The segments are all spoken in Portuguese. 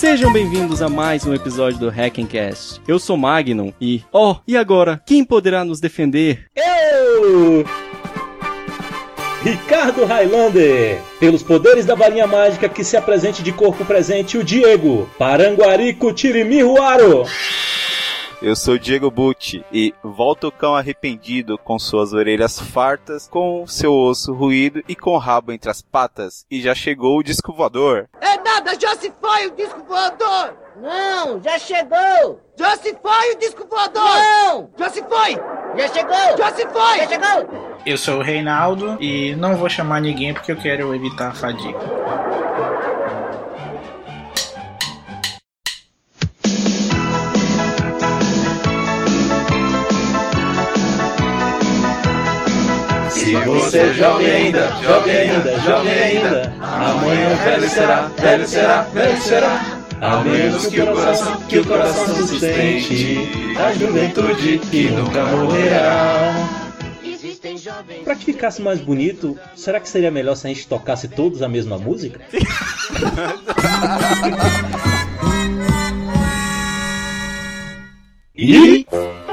Sejam bem-vindos a mais um episódio do Hackencast. Eu sou Magnum e... e agora? Quem poderá nos defender? Eu! Ricardo Highlander! Pelos poderes da varinha mágica que se apresente de corpo presente, o Diego! Paranguarico Tirimiruaro! Eu sou Diego Bucci e volta o cão arrependido com suas orelhas fartas, com seu osso ruído e com o rabo entre as patas. E já chegou o disco voador. É nada, já se foi o disco voador! Não, já chegou! Já se foi o disco voador! Não! Já se foi! Já chegou! Já se foi! Já chegou! Eu sou o Reinaldo e não vou chamar ninguém porque eu quero evitar a fadiga. Se você é jovem ainda, jovem ainda, jovem ainda, amanhã velho será, velho será, velho será. A menos que o coração sustente a juventude que nunca morrerá. Pra que ficasse mais bonito, será que seria melhor se a gente tocasse todos a mesma música? E...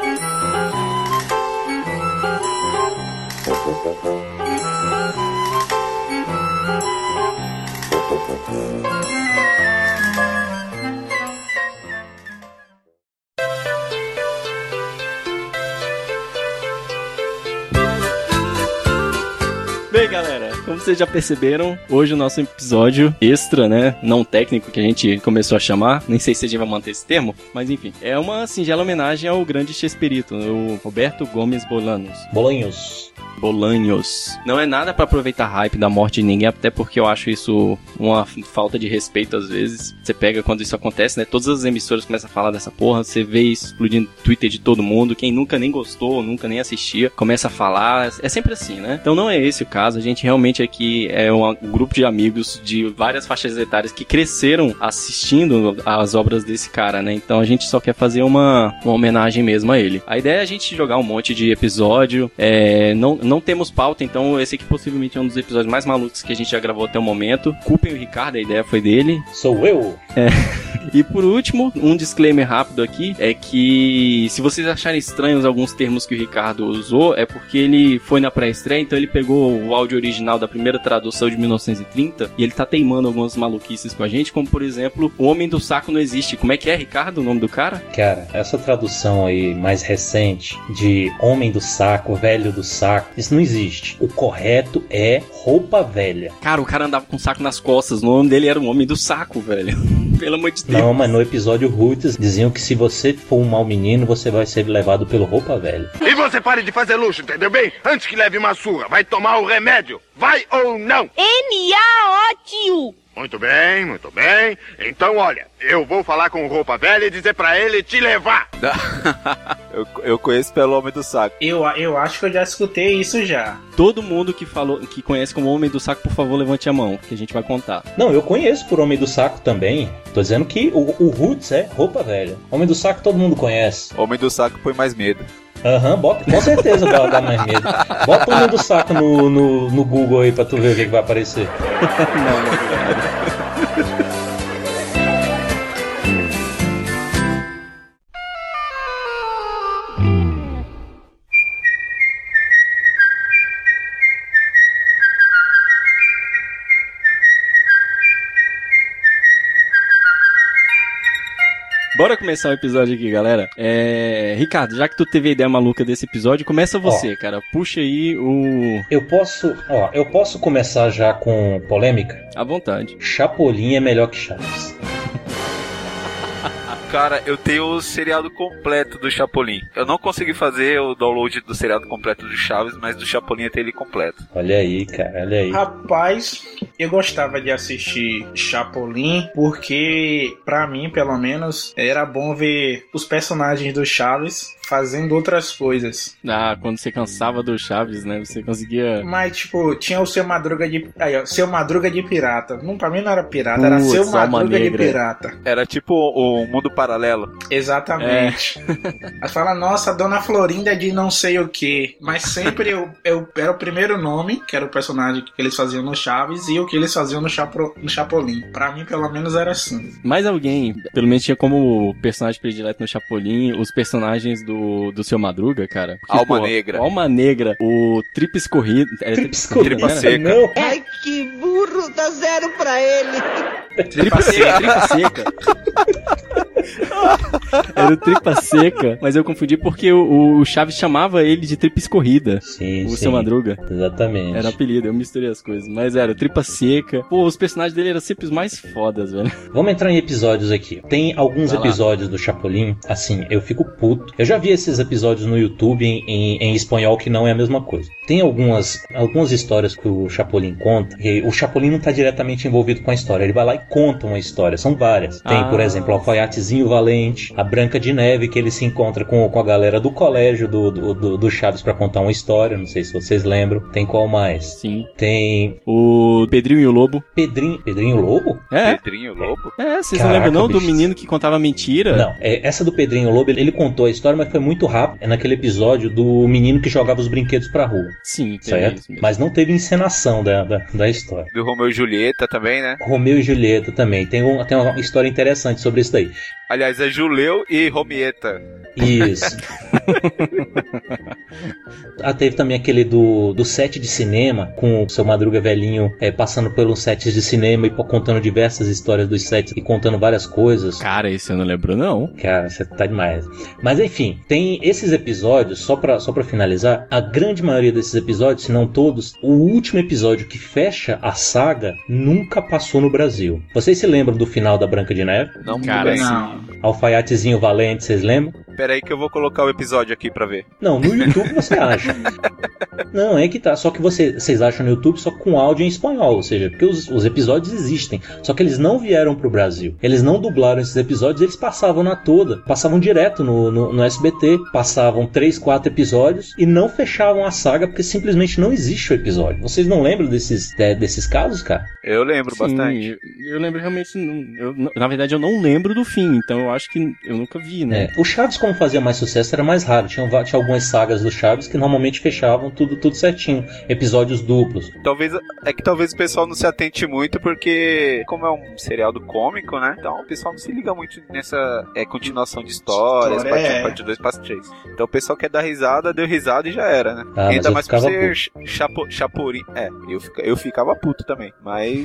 Bem, galera, como vocês já perceberam, hoje o nosso episódio extra, né, não técnico, que a gente começou a chamar, nem sei se a gente vai manter esse termo, mas enfim, é uma singela homenagem ao grande Chespirito, o Roberto Gomes Bolanhos. Não é nada pra aproveitar a hype da morte de ninguém, até porque eu acho isso uma falta de respeito às vezes. Você pega quando isso acontece, né? Todas as emissoras começam a falar dessa porra, você vê isso explodindo no Twitter de todo mundo. Quem nunca nem gostou, nunca nem assistia, começa a falar. É sempre assim, né? Então não é esse o caso. A gente realmente aqui é um grupo de amigos de várias faixas etárias que cresceram assistindo as obras desse cara, né? Então a gente só quer fazer uma homenagem mesmo a ele. A ideia é a gente jogar um monte de episódio. Não temos pauta, então esse aqui possivelmente é um dos episódios mais malucos que a gente já gravou até o momento. Culpem o Ricardo, a ideia foi dele. Sou eu! E por último, um disclaimer rápido aqui, é que se vocês acharem estranhos alguns termos que o Ricardo usou, é porque ele foi na pré-estreia, então ele pegou o áudio original da primeira tradução de 1930 e ele tá teimando algumas maluquices com a gente, como por exemplo, o Homem do Saco não existe. Como é que é, Ricardo, o nome do cara? Cara, essa tradução aí mais recente de Homem do Saco, Velho do Saco, isso não existe. O correto é roupa velha. Cara, o cara andava com um saco nas costas, o nome dele era o Homem do Saco, velho. Pelo amor de Deus. Não, mas no episódio Roots diziam que se você for um mau menino, você vai ser levado pelo roupa velha. E você pare de fazer luxo, entendeu bem? Antes que leve uma surra, vai tomar o remédio. Vai ou não? M-A-O-T-U. Muito bem, muito bem. Então, olha, eu vou falar com o Roupa Velha e dizer pra ele te levar. Eu conheço pelo Homem do Saco. Eu acho que eu já escutei isso já. Todo mundo que conhece como Homem do Saco, por favor, levante a mão, que a gente vai contar. Não, eu conheço por Homem do Saco também. Tô dizendo que o Roots é roupa velha. Homem do Saco todo mundo conhece. Homem do Saco põe mais medo. Bota, com certeza dá mais medo. Bota o Homem do Saco no Google aí pra tu ver o que vai aparecer. Não. Bora começar o episódio aqui, galera. Ricardo, já que tu teve a ideia maluca desse episódio, começa você, cara. Puxa aí o... Eu posso começar já com polêmica? À vontade. Chapolin é melhor que Chaves. Cara, eu tenho o seriado completo do Chapolin. Eu não consegui fazer o download do seriado completo do Chaves, mas do Chapolin eu tenho ele completo. Olha aí, cara, olha aí. Rapaz, eu gostava de assistir Chapolin porque, pra mim, pelo menos, era bom ver os personagens do Chaves fazendo outras coisas. Quando você cansava do Chaves, né? Você conseguia... Mas, tipo, tinha o Seu Madruga de... Seu Madruga de Pirata. Pra mim não era pirata, era Seu Madruga de Pirata. Era tipo o Mundo paralelo. Exatamente. Aí fala, nossa, a Dona Florinda é de não sei o que. Mas sempre eu era o primeiro nome, que era o personagem que eles faziam no Chaves, e o que eles faziam no Chapolin. Pra mim, pelo menos, era assim. Mais alguém, pelo menos tinha como personagem predileto no Chapolin, os personagens do Seu Madruga, cara. Porque, Alma Negra. Alma Negra, o Tripa Escorrida. Tripa Seca. Não. Ai, que burro, dá 0 pra ele. Tripa Seca. Era o Tripa Seca, mas eu confundi porque o Chaves chamava ele de Tripa Escorrida. Sim, o Seu Madruga. Exatamente. Era o apelido, eu misturei as coisas. Mas era Tripa Seca. Pô, os personagens dele eram sempre os mais fodas, velho. Vamos entrar em episódios aqui. Tem alguns episódios do Chapolin, assim, eu fico puto. Eu já vi esses episódios no YouTube em espanhol, que não é a mesma coisa. Tem algumas histórias que o Chapolin conta, e o Chapolin não tá diretamente envolvido com a história, ele vai lá e conta uma história, são várias. Tem, por exemplo, o Alfaiatezinho Valente, a Branca de Neve, que ele se encontra com a galera do colégio do Chaves pra contar uma história, não sei se vocês lembram. Tem qual mais? Sim. Tem o Pedrinho e o Lobo. Pedrinho Lobo? É. Pedrinho Lobo? É, vocês não lembram não do menino que contava mentira? Não, essa do Pedrinho Lobo, ele contou a história, mas foi muito rápido. É naquele episódio do menino que jogava os brinquedos pra rua. Sim, certo? Mas não teve encenação da história. Do Romeu e Julieta também, né? Romeu e Julieta também. Tem uma história interessante sobre isso daí. Aliás, é Juleu e Romieta. Isso. Teve também aquele do set de cinema, com o Seu Madruga velhinho passando pelos sets de cinema e contando diversas histórias dos sets e contando várias coisas. Cara, esse eu não lembro não. Cara, você tá demais. Mas enfim, tem esses episódios, só pra finalizar, a grande maioria desses episódios, se não todos, o último episódio que fecha a saga nunca passou no Brasil. Vocês se lembram do final da Branca de Neve? Não, cara, Não. Alfaiatezinho Valente, vocês lembram? Pera aí que eu vou colocar o episódio aqui pra ver. Não, no YouTube você acha. Não, é que tá. Só que vocês acham no YouTube só com áudio em espanhol. Ou seja, porque os episódios existem. Só que eles não vieram pro Brasil. Eles não dublaram esses episódios, eles passavam na toda. Passavam direto no SBT. Passavam 3, 4 episódios e não fechavam a saga porque simplesmente não existe o episódio. Vocês não lembram desses casos, cara? Eu lembro bastante. Eu lembro realmente. Na verdade, eu não lembro do fim. Então eu acho que eu nunca vi, né? O Chaves, como fazia mais sucesso, era mais raro. Tinha algumas sagas do Chaves que normalmente fechavam tudo certinho. Episódios duplos. Talvez o pessoal não se atente muito, porque como é um seriado cômico, né? Então o pessoal não se liga muito nessa continuação de histórias, parte 2, parte 3. Então o pessoal quer dar risada, deu risada e já era, né? Ainda mais por ser Chapolin. Eu ficava puto também, mas...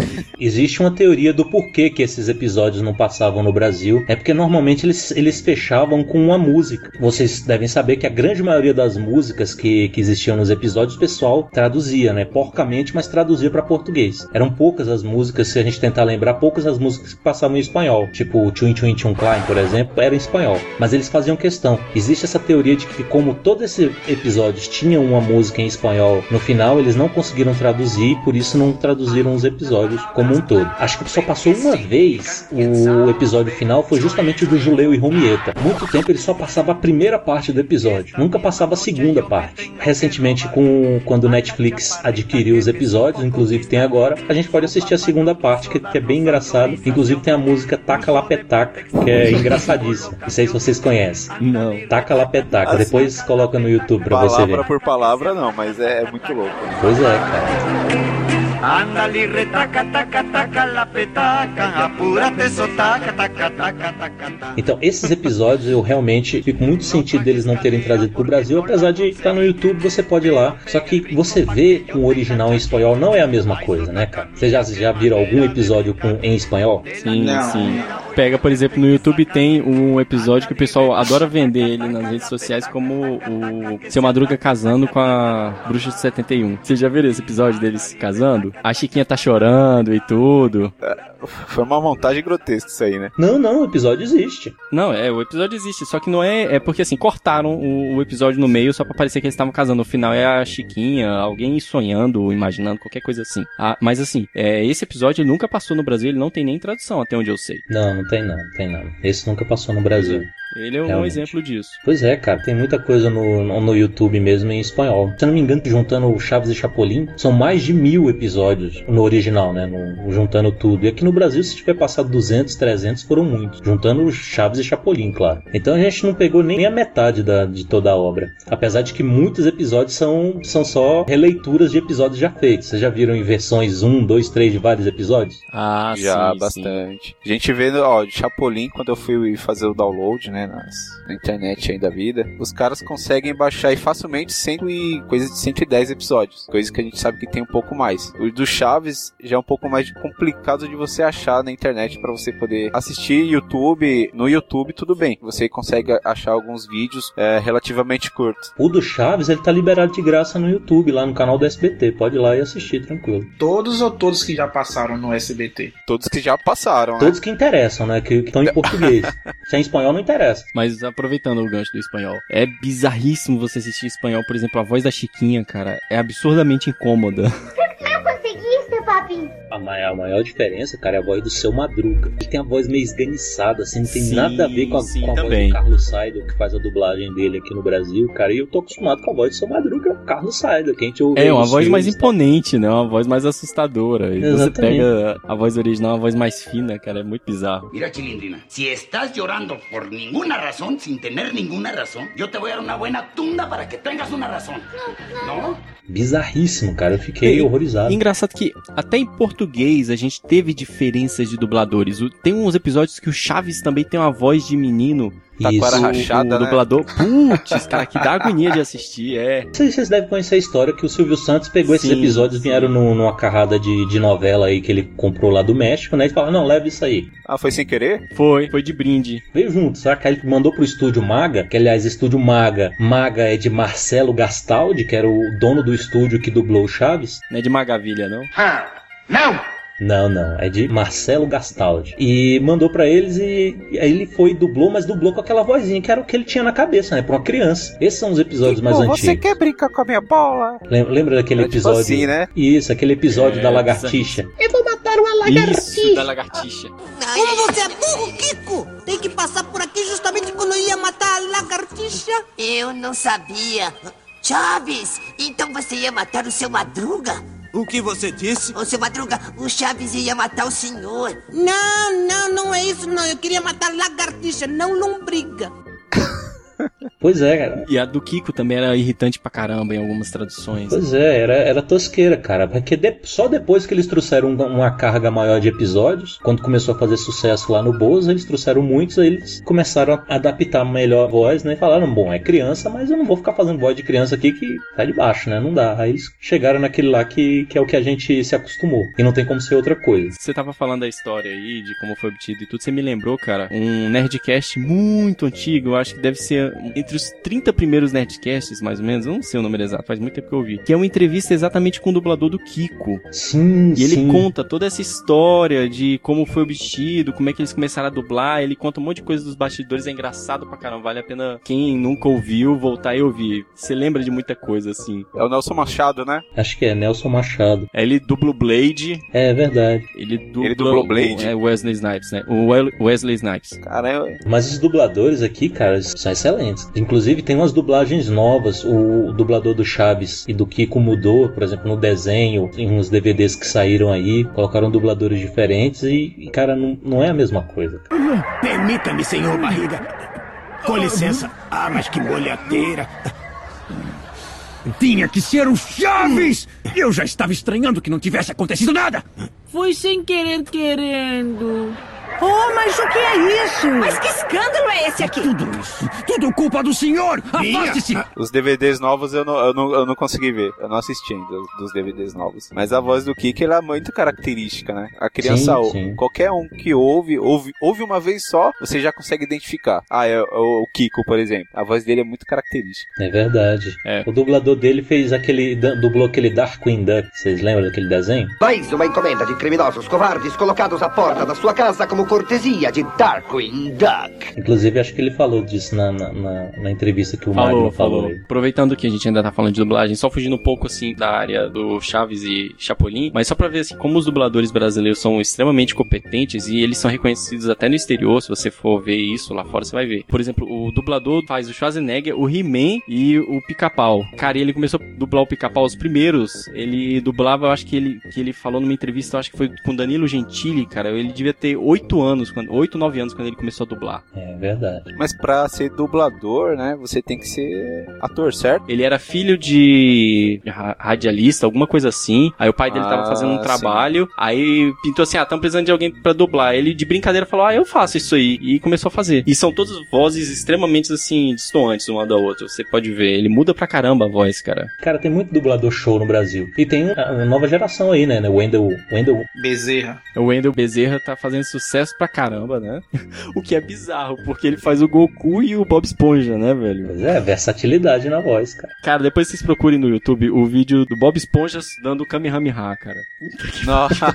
Existe uma teoria do porquê que esses episódios não passavam no Brasil. É porque normalmente eles fechavam com uma música. Vocês devem saber que a grande maioria das músicas que existiam nos episódios, o pessoal traduzia, né? Porcamente, mas traduzia para português. Eram poucas as músicas, se a gente tentar lembrar, poucas as músicas que passavam em espanhol. Tipo o Tchum Tchum Tchum Klein, por exemplo, era em espanhol. Mas eles faziam questão. Existe essa teoria de que, como todos esses episódios tinham uma música em espanhol no final, eles não conseguiram traduzir e por isso não traduziram os episódios como um todo. Acho que só passou uma vez o episódio final, foi justamente o do Juleu e Romieta. Muito tempo ele só passava a primeira parte do episódio, nunca passava a segunda parte. Recentemente, quando o Netflix adquiriu os episódios, inclusive tem agora, a gente pode assistir a segunda parte, que é bem engraçado. Inclusive tem a música Taca La Petaca, que é engraçadíssima. Não sei se vocês conhecem. Não. Taca La Petaca, Assim, depois coloca no YouTube pra você ver. Palavra por palavra não, mas é muito louco. Pois é, cara. Ándale, retaca, taca, taca, la petaca, apúrate, sotaca, taca, taca, taca, taca. Então, esses episódios eu realmente fico muito sentido deles não terem trazido pro Brasil, apesar de estar no YouTube, você pode ir lá. Só que você vê com o original em espanhol não é a mesma coisa, né, cara? Vocês já viram algum episódio em espanhol? Sim, sim. Pega, por exemplo, no YouTube tem um episódio que o pessoal adora vender ele nas redes sociais como o Seu Madruga casando com a Bruxa de 71. Vocês já viram esse episódio deles casando? A Chiquinha tá chorando e tudo. Foi uma montagem grotesca isso aí, né? Não, o episódio existe. Não, o episódio existe, só que não é porque assim, cortaram o episódio no meio só pra parecer que eles estavam casando. No final é a Chiquinha, alguém sonhando, imaginando, qualquer coisa assim. Mas assim, esse episódio nunca passou no Brasil, ele não tem nem tradução, até onde eu sei. Não tem não. Esse nunca passou no Brasil. Ele é um Realmente. exemplo disso. Pois é, cara, tem muita coisa no YouTube mesmo em espanhol. Se eu não me engano, juntando Chaves e Chapolin, são mais de 1000 episódios no original, né? Juntando tudo. E aqui no Brasil, se tiver passado 200, 300, foram muitos. Juntando Chaves e Chapolin, claro. Então a gente não pegou nem a metade de toda a obra. Apesar de que muitos episódios são só releituras de episódios já feitos. Vocês já viram em versões 1, 2, 3 de vários episódios? Ah, Já, sim, bastante. Sim. A gente vê, ó, de Chapolin, quando eu fui fazer o download, né, na internet aí da vida, os caras conseguem baixar aí facilmente coisa de 110 episódios. Coisa que a gente sabe que tem um pouco mais. O do Chaves já é um pouco mais complicado de você achar na internet pra você poder assistir YouTube. No YouTube, tudo bem. Você consegue achar alguns vídeos relativamente curtos. O do Chaves, ele tá liberado de graça no YouTube, lá no canal do SBT. Pode ir lá e assistir, tranquilo. Todos ou todos que já passaram no SBT? Todos que já passaram, né? Todos que interessam, né? Que estão em português. Se é em espanhol, não interessa. Mas aproveitando o gancho do espanhol, é bizarríssimo você assistir em espanhol, por exemplo, a voz da Chiquinha, cara, é absurdamente incômoda. A maior diferença, cara, é a voz do Seu Madruga. Ele tem a voz meio esganiçada, assim, não tem nada a ver com a voz do Carlos Seidel, que faz a dublagem dele aqui no Brasil, cara. E eu tô acostumado com a voz do Seu Madruga, Carlos Seidel, que a gente ouve. É, uma voz mais imponente, né? Uma voz mais assustadora. E você pega a voz original, uma voz mais fina, cara, é muito bizarro. Mira, Chilindrina, se estás llorando por ninguna razón, sin tener ninguna razón, yo te voy a dar una buena tunda para que tengas una razón. ¿No? Bizarríssimo, cara. Eu fiquei horrorizado. Engraçado que até em português a gente teve diferenças de dubladores. Tem uns episódios que o Chaves também tem uma voz de menino. Taquara rachada, o dublador, putz, cara, que dá agonia de assistir, Vocês devem conhecer a história que o Silvio Santos pegou esses episódios, vieram numa carrada de novela aí que ele comprou lá do México, né? E falou, não, leva isso aí. Ah, foi sem querer? Foi de brinde. Veio junto, saca? Aí ele mandou pro Estúdio Maga, que aliás, Estúdio Maga é de Marcelo Gastaldi, que era o dono do estúdio que dublou o Chaves. Não é de Magavilha, não? Não! Não, é de Marcelo Gastaldi. E mandou pra eles e aí ele foi e dublou, mas dublou com aquela vozinha que era o que ele tinha na cabeça, né? Pra uma criança. Esses são os episódios mais antigos. Você quer brincar com a minha bola? Lembra daquele episódio? Tipo assim, né? Isso, aquele episódio da lagartixa. Eu vou matar uma lagartixa. Isso, da lagartixa. Como você é burro, Kiko? Tem que passar por aqui justamente quando eu ia matar a lagartixa. Eu não sabia. Chaves, então você ia matar o Seu Madruga? O que você disse? Ô, Seu Madruga, o Chaves ia matar o senhor. Não é isso não. Eu queria matar lagartixa, não lombriga. Pois é, cara. E a do Kiko também era irritante pra caramba em algumas traduções. Pois é, era tosqueira, cara. Porque só depois que eles trouxeram uma carga maior de episódios, quando começou a fazer sucesso lá no Bozo, eles trouxeram muitos, aí eles começaram a adaptar melhor a voz, né? E falaram, bom, é criança, mas eu não vou ficar fazendo voz de criança aqui que tá de baixo, né? Não dá. Aí eles chegaram naquele lá que é o que a gente se acostumou. E não tem como ser outra coisa. Você tava falando da história aí, de como foi obtido e tudo, você me lembrou, cara, um Nerdcast muito antigo, eu acho que deve ser entre os 30 primeiros Nerdcasts, mais ou menos, eu não sei o número exato, faz muito tempo que eu ouvi, que é uma entrevista exatamente com o dublador do Kiko. Sim, E ele conta toda essa história de como foi obtido, como é que eles começaram a dublar, ele conta um monte de coisa dos bastidores, é engraçado pra caramba, vale a pena quem nunca ouviu voltar e ouvir. Você lembra de muita coisa, assim. É o Nelson Machado, né? Acho que é Nelson Machado. Ele dubla o Blade. É verdade. Ele dublou o Blade. É Wesley Snipes, né? O Wesley Snipes. Caramba. Mas os dubladores aqui, cara, são excelentes. Inclusive, tem umas dublagens novas. O dublador do Chaves e do Kiko mudou, por exemplo, no desenho, em uns DVDs que saíram aí, colocaram dubladores diferentes e cara, não é a mesma coisa. Permita-me, senhor Barriga. Com licença. Ah, mas que molhadeira. Tinha que ser o Chaves! Eu já estava estranhando que não tivesse acontecido nada. Foi sem querer querendo. Oh, mas o que é isso? Mas que escândalo é esse aqui? Tudo culpa do senhor! Afaste-se! Os DVDs novos eu não consegui ver. Eu não assisti ainda dos DVDs novos. Mas a voz do Kiko, ela é muito característica, né? A criança, sim. Qualquer um que ouve uma vez só, você já consegue identificar. Ah, é o Kiko, por exemplo. A voz dele é muito característica. É verdade. É. O dublador dele dublou aquele Darkwing Duck. Vocês lembram daquele desenho? Mais uma encomenda de criminosos covardes colocados à porta da sua casa como cortesia de Darkwing Duck. Inclusive, acho que ele falou disso na entrevista que o Magno falou. Aproveitando que a gente ainda tá falando de dublagem, só fugindo um pouco, assim, da área do Chaves e Chapolin, mas só pra ver, assim, como os dubladores brasileiros são extremamente competentes e eles são reconhecidos até no exterior. Se você for ver isso lá fora, você vai ver. Por exemplo, o dublador faz o Schwarzenegger, o He-Man e o Pica-Pau. Cara, e ele começou a dublar o Pica-Pau os primeiros. Ele dublava, eu acho que ele falou numa entrevista, eu acho que foi com Danilo Gentili, cara. Ele devia ter 8 anos, 9 anos quando ele começou a dublar. É verdade. Mas pra ser dublador, né, você tem que ser ator, certo? Ele era filho de radialista, alguma coisa assim. Aí o pai dele tava fazendo um trabalho, aí pintou assim, tamo precisando de alguém pra dublar. Ele de brincadeira falou, eu faço isso aí. E começou a fazer. E são todas vozes extremamente, assim, distantes uma da outra. Você pode ver, ele muda pra caramba a voz, cara. Cara, tem muito dublador show no Brasil. E tem uma nova geração aí, né? O Wendel Bezerra. O Wendel Bezerra tá fazendo sucesso pra caramba, né? O que é bizarro, porque ele faz o Goku e o Bob Esponja, né, velho? Pois é, versatilidade na voz, cara. Cara, depois vocês procurem no YouTube o vídeo do Bob Esponja dando Kamehameha, cara. Nossa.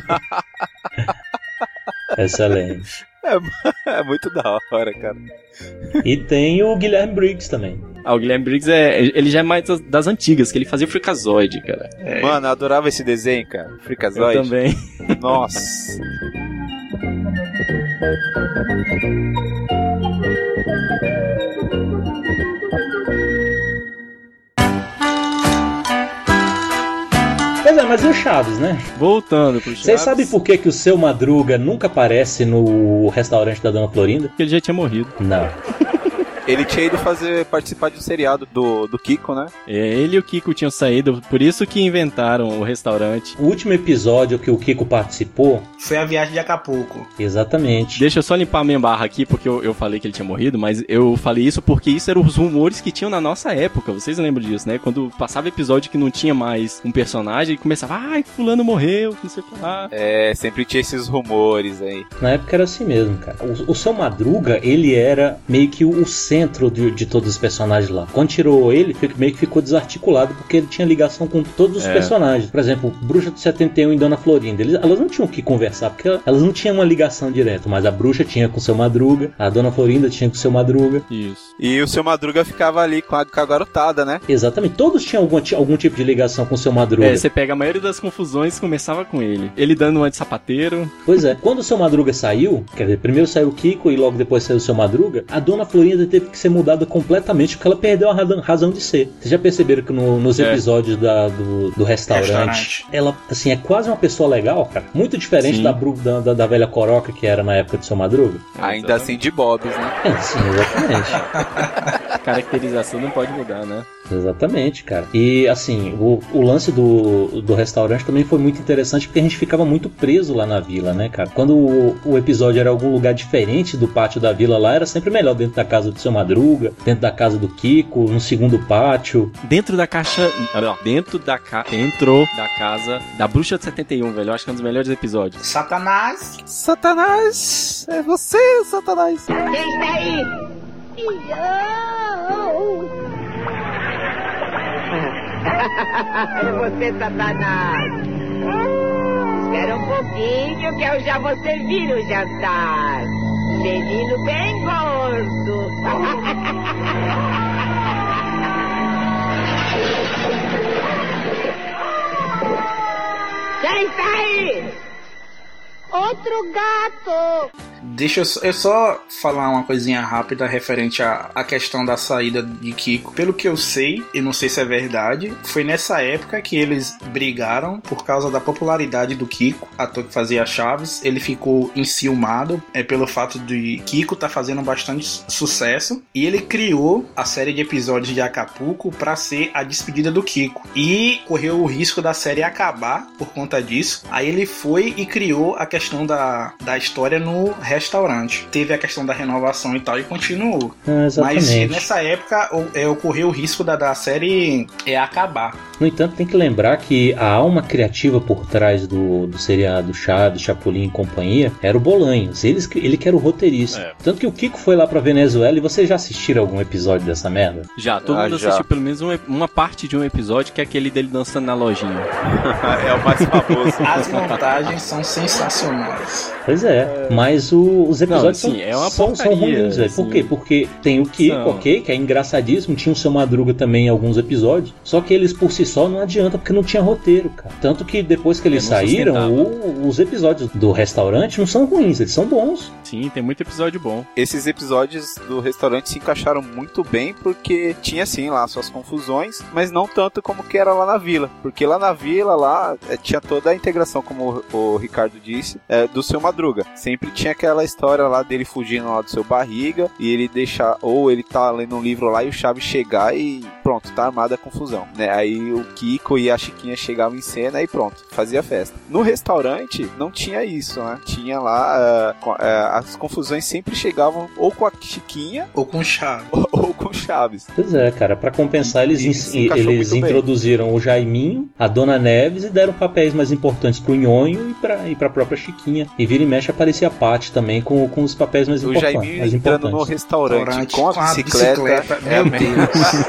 Excelente. É muito da hora, cara. E tem o Guilherme Briggs também. O Guilherme Briggs ele já é mais das antigas, que ele fazia o Freakazoid, cara. Mano, eu adorava esse desenho, cara. Freakazoid. Eu também. Nossa. Pois é, mas e o Chaves, né? Voltando pro Chaves. Vocês sabem por que o Seu Madruga nunca aparece no restaurante da Dona Florinda? Porque ele já tinha morrido. Não. Ele tinha ido participar de um seriado do Kiko, né? Ele e o Kiko tinham saído, por isso que inventaram o restaurante. O último episódio que o Kiko participou foi a viagem de Acapulco. Exatamente. Deixa eu só limpar a minha barra aqui, porque eu falei que ele tinha morrido, mas eu falei isso porque isso eram os rumores que tinham na nossa época. Vocês lembram disso, né? Quando passava episódio que não tinha mais um personagem, começava, fulano morreu, não sei o que lá. Sempre tinha esses rumores aí. Na época era assim mesmo, cara. O Seu Madruga, ele era meio que o centro de todos os personagens lá. Quando tirou ele, meio que ficou desarticulado, porque ele tinha ligação com todos os personagens. Por exemplo, Bruxa do 71 e Dona Florinda. Elas não tinham o que conversar, porque elas não tinham uma ligação direta, mas a Bruxa tinha com o Seu Madruga, a Dona Florinda tinha com o Seu Madruga. Isso. E o Seu Madruga ficava ali com a garotada, né? Exatamente. Todos tinham algum tipo de ligação com o Seu Madruga. Você pega a maioria das confusões, começava com ele. Ele dando uma de sapateiro. Pois é. Quando o Seu Madruga saiu, quer dizer, primeiro saiu o Kiko e logo depois saiu o Seu Madruga, a Dona Florinda teve que ser mudada completamente porque ela perdeu a razão de ser. Vocês já perceberam que nos episódios do restaurante, ela, assim, é quase uma pessoa legal, cara. Muito diferente da velha Coroca que era na época do Seu Madruga. Ainda assim de Bobs, né? Sim, exatamente. Caracterização não pode mudar, né? Exatamente, cara. E assim, o lance do restaurante também foi muito interessante porque a gente ficava muito preso lá na vila, né, cara? Quando o episódio era algum lugar diferente do pátio da vila lá, era sempre melhor dentro da casa do Seu Madruga, dentro da casa do Kiko, no segundo pátio. Dentro da casa da Bruxa de 71, velho. Eu acho que é um dos melhores episódios. Satanás! Satanás! É você, Satanás! Quem está aí? É você, Satanás. Espera um pouquinho que eu já vou servir o jantar. Menino bem gordo. Quem está aí? Outro gato. Deixa eu só falar uma coisinha rápida referente à questão da saída de Kiko. Pelo que eu sei, e não sei se é verdade, foi nessa época que eles brigaram por causa da popularidade do Kiko, ator que fazia Chaves. Ele ficou enciumado pelo fato de Kiko tá fazendo bastante sucesso, e ele criou a série de episódios de Acapulco para ser a despedida do Kiko, e correu o risco da série acabar por conta disso. Aí ele foi e criou a questão da história no restaurante. Teve a questão da renovação e tal, e continuou. Mas nessa época ocorreu o risco da série acabar. No entanto, tem que lembrar que a alma criativa por trás do seriado Chaves, Chapolin e companhia era o Bolanhos. Ele que era o roteirista. Tanto que o Kiko foi lá pra Venezuela. E vocês já assistiram algum episódio dessa merda? Já, todo mundo assistiu pelo menos uma parte de um episódio, que é aquele dele dançando na lojinha. É o mais famoso. As montagens são sensacionais. Pois é, mas o os episódios Não, sim, é uma são porcaria, ruins, velho. assim. Por quê? Porque tem o Kiko, ok, que é engraçadíssimo, tinha o Seu Madruga também em alguns episódios, só que eles por si só não adianta, porque não tinha roteiro, cara. Tanto que depois que eles saíram, os episódios do restaurante não são ruins, eles são bons. Sim, tem muito episódio bom. Esses episódios do restaurante se encaixaram muito bem, porque tinha sim lá suas confusões, mas não tanto como que era lá na vila. Porque lá na vila, tinha toda a integração, como o Ricardo disse, do Seu Madruga. Sempre tinha aquela história lá dele fugindo lá do seu barriga, e ele deixar, ou ele tá lendo um livro lá e o Chaves chegar e pronto, tá armada a confusão, né? Aí o Kiko e a Chiquinha chegavam em cena e pronto, fazia festa. No restaurante não tinha isso, né? Tinha lá as confusões sempre chegavam ou com a Chiquinha ou com o Chaves. Ou com o Chaves. Pois é, cara, pra compensar eles introduziram o Jaiminho, a Dona Neves e deram papéis mais importantes pro Nhonho e pra própria Chiquinha. E vira e mexe aparecia a Paty também com os papéis mais importantes. O Jaiminho entrando no restaurante com a bicicleta. Meu Deus.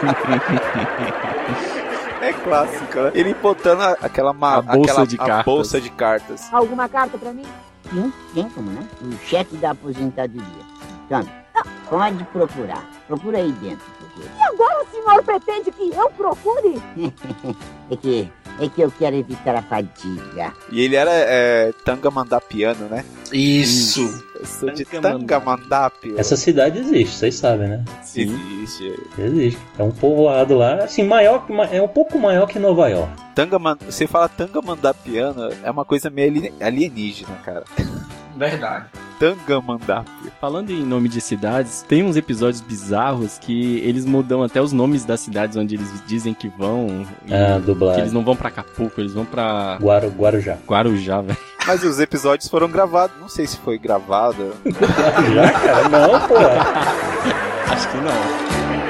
É clássico, né? Ele botando aquela bolsa de cartas. Alguma carta pra mim? Tem como não? O cheque da aposentadoria. Tome. Pode procurar. Procura aí dentro. Porque... E agora o senhor pretende que eu procure? É que eu quero evitar a fadiga. E ele era Tangamandapiano, né? Isso. Eu sou de Tangamandapio. Essa cidade existe, vocês sabem, né? Sim. Existe. É um povoado lá, assim, é um pouco maior que Nova York. Você fala Tangamandapiano, é uma coisa meio alienígena, cara. Verdade. Tangamandapio. Falando em nome de cidades, tem uns episódios bizarros que eles mudam até os nomes das cidades onde eles dizem que vão. Dublagem. Que eles não vão pra Acapulco, eles vão pra... Guarujá. Guarujá, velho. Mas os episódios foram gravados. Não sei se foi gravado. Guarujá, cara? Não, pô. Acho que não.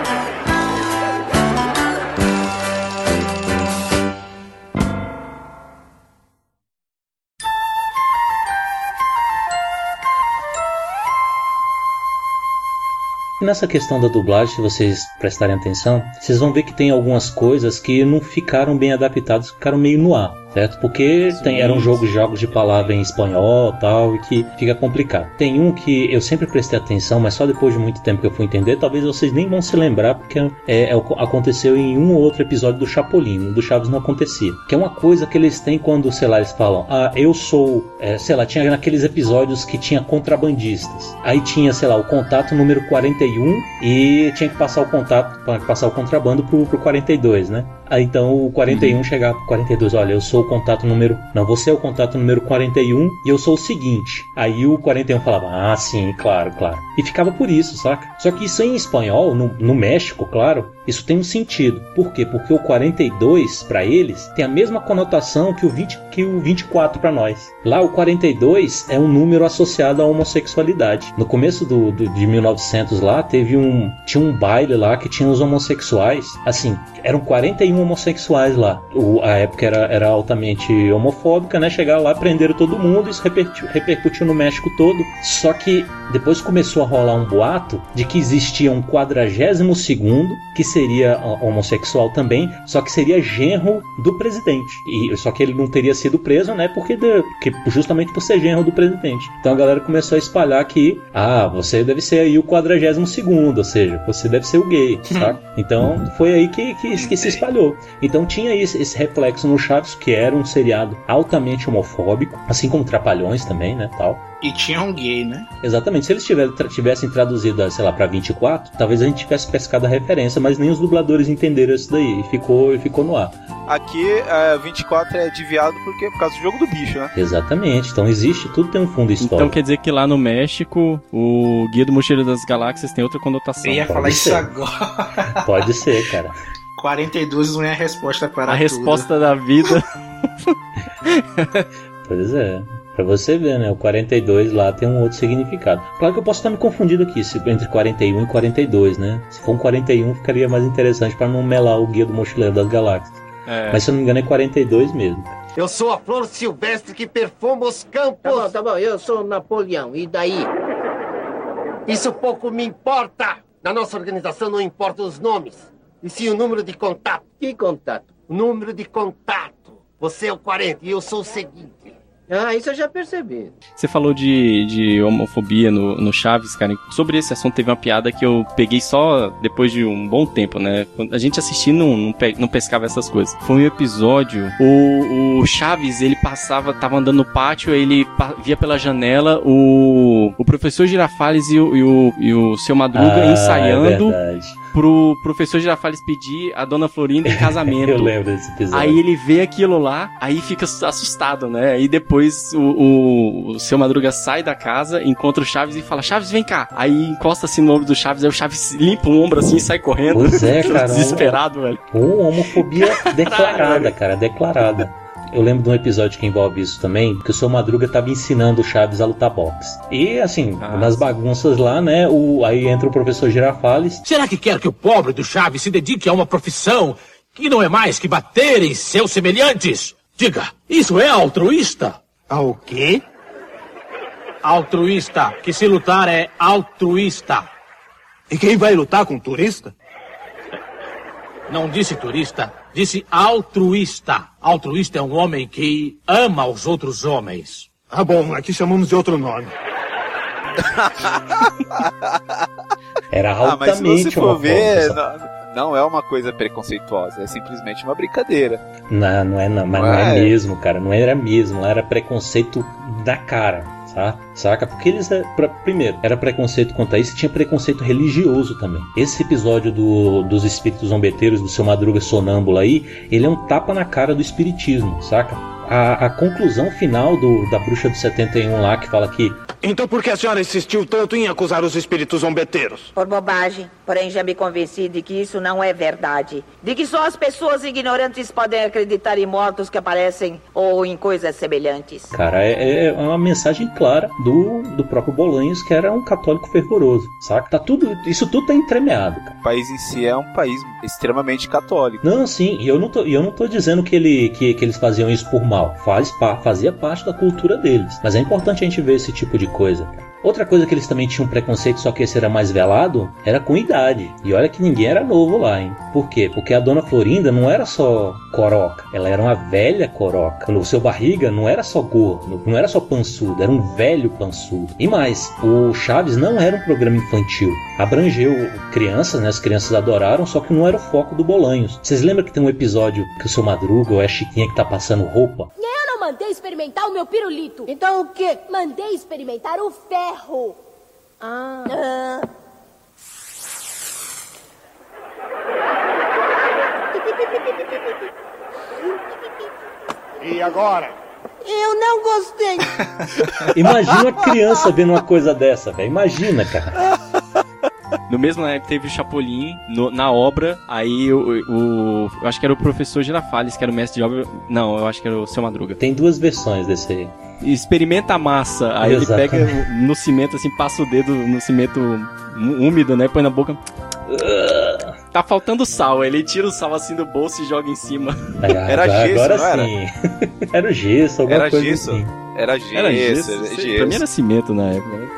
Nessa questão da dublagem, se vocês prestarem atenção, vocês vão ver que tem algumas coisas que não ficaram bem adaptadas, ficaram meio no ar, certo? Porque eram jogos de palavra em espanhol e tal, e que fica complicado. Tem um que eu sempre prestei atenção, mas só depois de muito tempo que eu fui entender, talvez vocês nem vão se lembrar, porque aconteceu em um ou outro episódio do Chapolin, do Chaves não acontecia. Que é uma coisa que eles têm quando, sei lá, eles falam, eu sou, tinha naqueles episódios que tinha contrabandistas. Aí tinha, sei lá, o contato número 41 e tinha que passar o contrabando pro 42, né? Aí então o 41 chegava pro 42, olha, eu sou o contato número... Não, você é o contato número 41 e eu sou o seguinte. Aí o 41 falava, sim, claro. E ficava por isso, saca? Só que isso em espanhol, no México, claro, isso tem um sentido. Por quê? Porque o 42, pra eles, tem a mesma conotação que o 24 pra nós. Lá o 42 é um número associado à homossexualidade. No começo de 1900 lá, tinha um baile lá que tinha os homossexuais, assim, eram 41 homossexuais lá. A época era altamente homofóbica, né? Chegaram lá, prenderam todo mundo, isso repercutiu no México todo. Só que depois começou a rolar um boato de que existia um 42º, que seria homossexual também, só que seria genro do presidente. Só que ele não teria sido preso, né? Porque justamente por ser genro do presidente. Então a galera começou a espalhar que, você deve ser aí o 42º, ou seja, você deve ser o gay, tá? Então foi aí que se espalhou. Então tinha esse reflexo no Chaves, que era um seriado altamente homofóbico, assim como Trapalhões também, né, tal. E tinha um gay, né? Exatamente. Se eles tivessem traduzido, sei lá, pra 24, talvez a gente tivesse pescado a referência, mas nem os dubladores entenderam isso daí. E ficou no ar. Aqui, 24 é desviado por causa do jogo do bicho, né? Exatamente. Então existe, tudo tem um fundo histórico. Então quer dizer que lá no México, o Guia do Mochileiro das Galáxias tem outra conotação. Eu ia falar isso agora. Pode ser, cara. 42 não é a resposta para a resposta da vida. Pois é. Pra você ver, né? O 42 lá tem um outro significado. Claro que eu posso estar me confundindo aqui entre 41 e 42, né? Se for um 41, ficaria mais interessante pra não melar o Guia do Mochileiro das Galáxias. Mas se eu não me engano é 42 mesmo. Eu sou a flor silvestre que perfuma os campos. Tá bom, eu sou Napoleão. E daí? Isso pouco me importa. Na nossa organização não importam os nomes, e sim o número de contato. Que contato? O número de contato. Você é o 40 e eu sou o seguinte. Isso eu já percebi. Você falou de homofobia no Chaves, cara. Sobre esse assunto teve uma piada que eu peguei só depois de um bom tempo, né? Quando a gente assistindo não pescava essas coisas. Foi um episódio, o Chaves, ele tava andando no pátio, aí ele via pela janela o professor Girafales e o Seu Madruga ensaiando pro professor Girafales pedir a Dona Florinda em casamento. Eu lembro desse episódio. Aí ele vê aquilo lá, aí fica assustado, né? Aí depois o Seu Madruga sai da casa, encontra o Chaves e fala, Chaves, vem cá. Aí encosta assim no ombro do Chaves, aí o Chaves limpa o ombro assim e sai correndo. Pois é, cara. Desesperado, velho. Homofobia declarada, cara, declarada. Eu lembro de um episódio que envolve isso também, que o Seu Madruga tava ensinando o Chaves a lutar boxe. E, assim, nas bagunças lá, né, aí entra o professor Girafales. Será que quer que o pobre do Chaves se dedique a uma profissão que não é mais que bater em seus semelhantes? Diga, isso é altruísta? O quê? Altruísta, que se lutar é altruísta. E quem vai lutar com turista? Não disse turista, disse altruísta. Altruísta é um homem que ama os outros homens. Bom, aqui chamamos de outro nome. Era altamente mas se você for ver, não é uma coisa preconceituosa, é simplesmente uma brincadeira. Não é mesmo, cara, não era mesmo, era preconceito da cara. Saca? Porque eles, primeiro, era preconceito contra isso e tinha preconceito religioso também. Esse episódio dos espíritos zombeteiros do Seu Madruga sonâmbulo aí, ele é um tapa na cara do espiritismo, saca? A conclusão final da Bruxa do 71 lá, que fala que... Então por que a senhora insistiu tanto em acusar os espíritos zombeteiros? Por bobagem, porém já me convenci de que isso não é verdade. De que só as pessoas ignorantes podem acreditar em mortos que aparecem ou em coisas semelhantes. Cara, é uma mensagem clara do próprio Bolanhos, que era um católico fervoroso, saca? Isso tudo tá entremeado, cara. O país em si é um país extremamente católico. Não, sim, e eu não tô dizendo que eles faziam isso por mal. Fazia parte da cultura deles. Mas é importante a gente ver esse tipo de coisa, cara. Outra coisa que eles também tinham preconceito, só que esse era mais velado, era com idade. E olha que ninguém era novo lá, hein? Por quê? Porque a Dona Florinda não era só coroca, ela era uma velha coroca. O Seu Barriga não era só gordo, não era só pançudo, era um velho pançudo. E mais, o Chaves não era um programa infantil. Abrangeu crianças, né? As crianças adoraram, só que não era o foco do Bolanhos. Vocês lembram que tem um episódio que o Seu Madruga ou é a Chiquinha que tá passando roupa? Eu não mandei experimentar o meu pirulito. Então o quê? Mandei experimentar o ferro. E agora? Eu não gostei. Imagina uma criança vendo uma coisa dessa, velho. Imagina, cara. No mesmo época teve o Chapolin na obra, aí eu acho que era o professor Girafales, que era o mestre de obra. Não, eu acho que era o Seu Madruga. Tem duas versões desse aí. Experimenta a massa, aí Exatamente. Ele pega no cimento, assim, passa o dedo no cimento úmido, né, põe na boca. Tá faltando sal, ele tira o sal assim do bolso e joga em cima. Era gesso, agora não era? Sim. Era o gesso, alguma era coisa gesso. assim. Era gesso. Pra mim era cimento na época.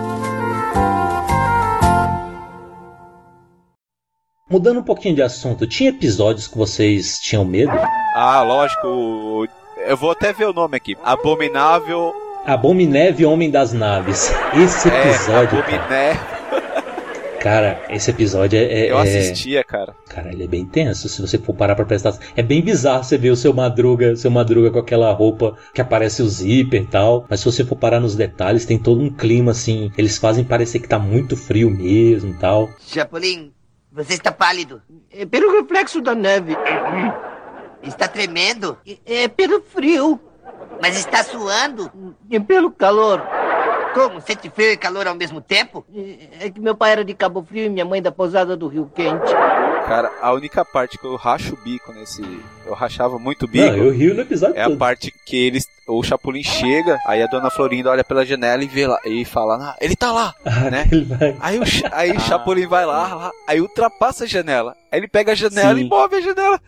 Mudando um pouquinho de assunto, tinha episódios que vocês tinham medo? Lógico. Eu vou até ver o nome aqui. Abominável Homem das Naves. Esse episódio, cara, esse episódio eu assistia, cara. Cara, ele é bem tenso, se você for parar pra prestar. É bem bizarro você ver o Seu Madruga com aquela roupa que aparece o zíper e tal. Mas se você for parar nos detalhes, tem todo um clima assim. Eles fazem parecer que tá muito frio mesmo e tal. Chapolin, você está pálido. É pelo reflexo da neve. Está tremendo. É pelo frio. Mas está suando. É pelo calor. Como? Sente frio e calor ao mesmo tempo? É que meu pai era de Cabo Frio e minha mãe da Pousada do Rio Quente. Cara, a única parte que eu racho o bico eu rachava muito o bico. Não, eu rio no episódio todo. A parte que o Chapolin chega, aí a Dona Florinda olha pela janela e vê lá, e fala, ele tá lá, né? Aí o Chapolin vai lá, aí ultrapassa a janela. Aí ele pega a janela e move a janela.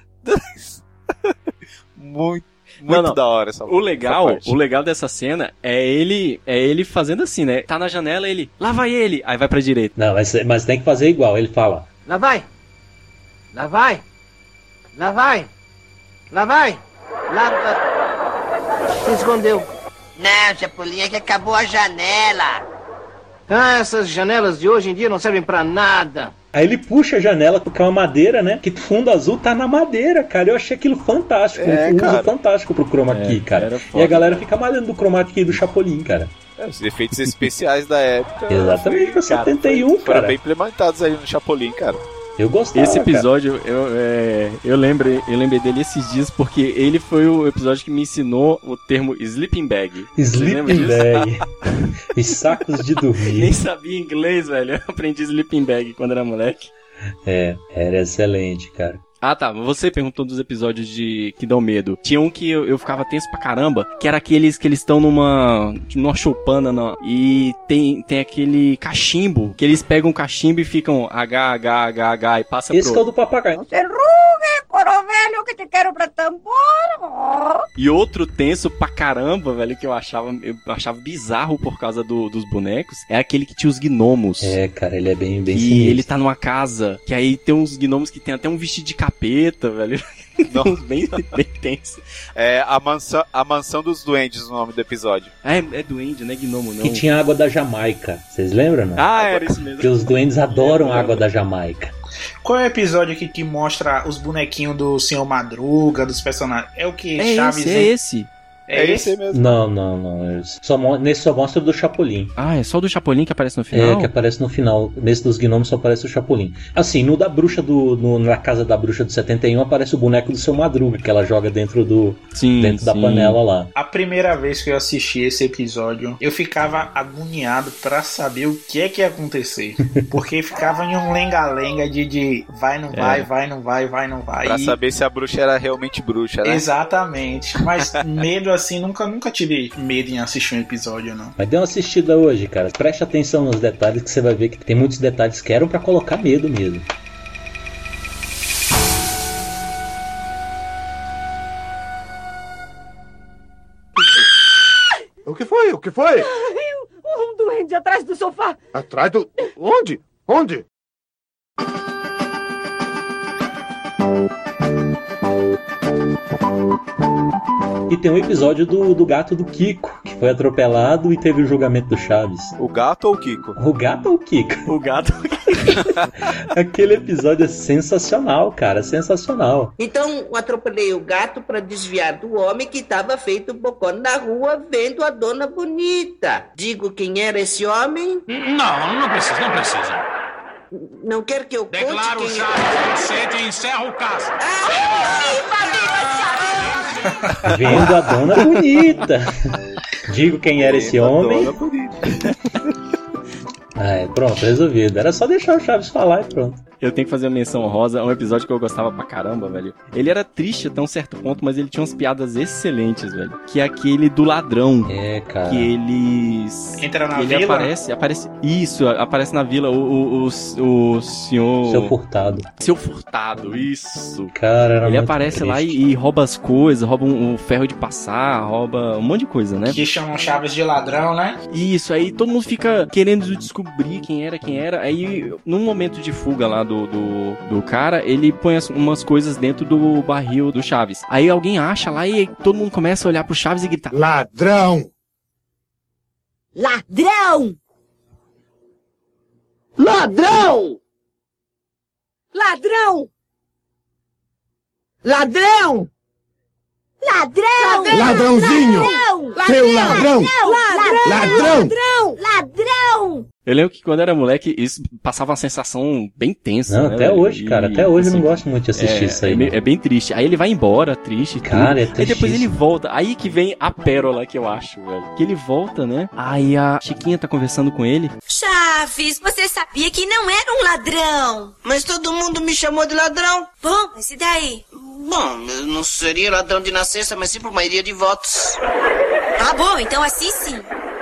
Muito da hora essa O legal dessa cena é ele fazendo assim, né? Tá na janela, lá vai ele, aí vai pra direita. Não, mas tem que fazer igual, ele fala. Lá vai. Lá vai. Lá vai. Lá vai. Lá... Se escondeu. Não, Chapolin, é que acabou a janela. Ah, essas janelas de hoje em dia não servem pra nada. Aí ele puxa a janela, porque é uma madeira, né? Que fundo azul tá na madeira, cara. Eu achei aquilo fantástico. Um uso fantástico pro chroma key, cara. Foda, e a galera fica malhando do chroma key do Chapolin, cara. Os efeitos especiais da época. Exatamente, foi 71, cara. Foram bem implementados aí no Chapolin, cara. Eu gostava. Esse episódio, eu lembrei dele esses dias porque ele foi o episódio que me ensinou o termo sleeping bag. Sleeping bag. Os sacos de dormir. Nem sabia inglês, velho. Eu aprendi sleeping bag quando era moleque. Era excelente, cara. Ah, tá. Você perguntou dos episódios que dão medo. Tinha um que eu ficava tenso pra caramba, que era aqueles que eles estão numa choupana e tem aquele cachimbo, que eles pegam o cachimbo e ficam H e passa Esse que é o do papagaio. Não se rugue, coro velho, que te quero pra tambor. E outro tenso pra caramba, velho, que eu achava bizarro por causa dos bonecos, é aquele que tinha os gnomos. Cara, ele é bem e sinistro. ele tá numa casa, que aí tem uns gnomos que tem até um vestido de capeta, velho. bem tenso. É a mansão dos duendes, o nome do episódio. É duende, não é gnomo, não. Que tinha água da Jamaica. Vocês lembram, não? Era isso mesmo. Porque os duendes adoram água da Jamaica. Qual é o episódio aqui que mostra os bonequinhos do Senhor Madruga, dos personagens? É o que? Chaves? Esse. É esse mesmo? Não. Nesse só mostra o do Chapolin. Ah, é só o do Chapolin que aparece no final? Que aparece no final. Nesse dos gnomos só aparece o Chapolin. Assim, no da bruxa na casa da bruxa do 71 aparece o boneco do Seu Madruga, que ela joga dentro da panela lá. A primeira vez que eu assisti esse episódio, eu ficava agoniado pra saber o que é que ia acontecer. Porque ficava em um lenga-lenga de vai, não vai, vai, não vai, vai, não vai. Pra saber se a bruxa era realmente bruxa, né? Exatamente. Mas medo assim, nunca tive medo em assistir um episódio, não. Mas dê uma assistida hoje, cara. Preste atenção nos detalhes que você vai ver que tem muitos detalhes que eram pra colocar medo mesmo. O que foi? O que foi? Um duende atrás do sofá. Atrás do... Onde? Onde? E tem um episódio do gato do Kiko, que foi atropelado e teve o julgamento do Chaves. O gato ou o Kiko? O gato ou o Kiko? O gato ou o Kiko? Aquele episódio é sensacional, cara, sensacional. Então eu atropelei o gato para desviar do homem que estava feito bocó na rua vendo a dona bonita. Digo quem era esse homem? Não precisa. Não quer que eu conte Declaro o quem Chaves inocente e encerro o caso. Vendo a dona bonita. Digo quem era esse homem. Pronto, resolvido. Era só deixar o Chaves falar e pronto. Eu tenho que fazer uma menção honrosa, um episódio que eu gostava pra caramba, velho. Ele era triste até um certo ponto, mas ele tinha umas piadas excelentes, velho. Que é aquele do ladrão. Cara. Que eles... Entra na vila? Aparece... Isso, aparece na vila o senhor... Seu Furtado, isso. Cara, era ele muito aparece triste. lá e rouba as coisas, rouba um ferro de passar, rouba um monte de coisa, né? Que chamam Chaves de ladrão, né? Isso, aí todo mundo fica querendo descobrir quem era. Aí, num momento de fuga lá do cara, ele põe umas coisas dentro do barril do Chaves. Aí alguém acha lá e todo mundo começa a olhar pro Chaves e gritar: Ladrão! Ladrão! Ladrão! Ladrão! Ladrão! Ladrão! Ladrãozinho! Seu ladrão! Ladrão! Ladrão! Eu lembro que quando era moleque, isso passava uma sensação bem tensa. Não, né, até hoje, cara. Até hoje assim, eu não gosto muito de assistir isso aí. É bem triste. Aí ele vai embora, triste. Cara, tudo. Aí depois ele volta. Aí que vem a pérola que eu acho, velho. Que ele volta, né? Aí a Chiquinha tá conversando com ele. Chaves, você sabia que não era um ladrão. Mas todo mundo me chamou de ladrão. Bom, mas e daí? Bom, eu não seria ladrão de nascença, mas sim por maioria de votos. Ah, bom, então assim sim.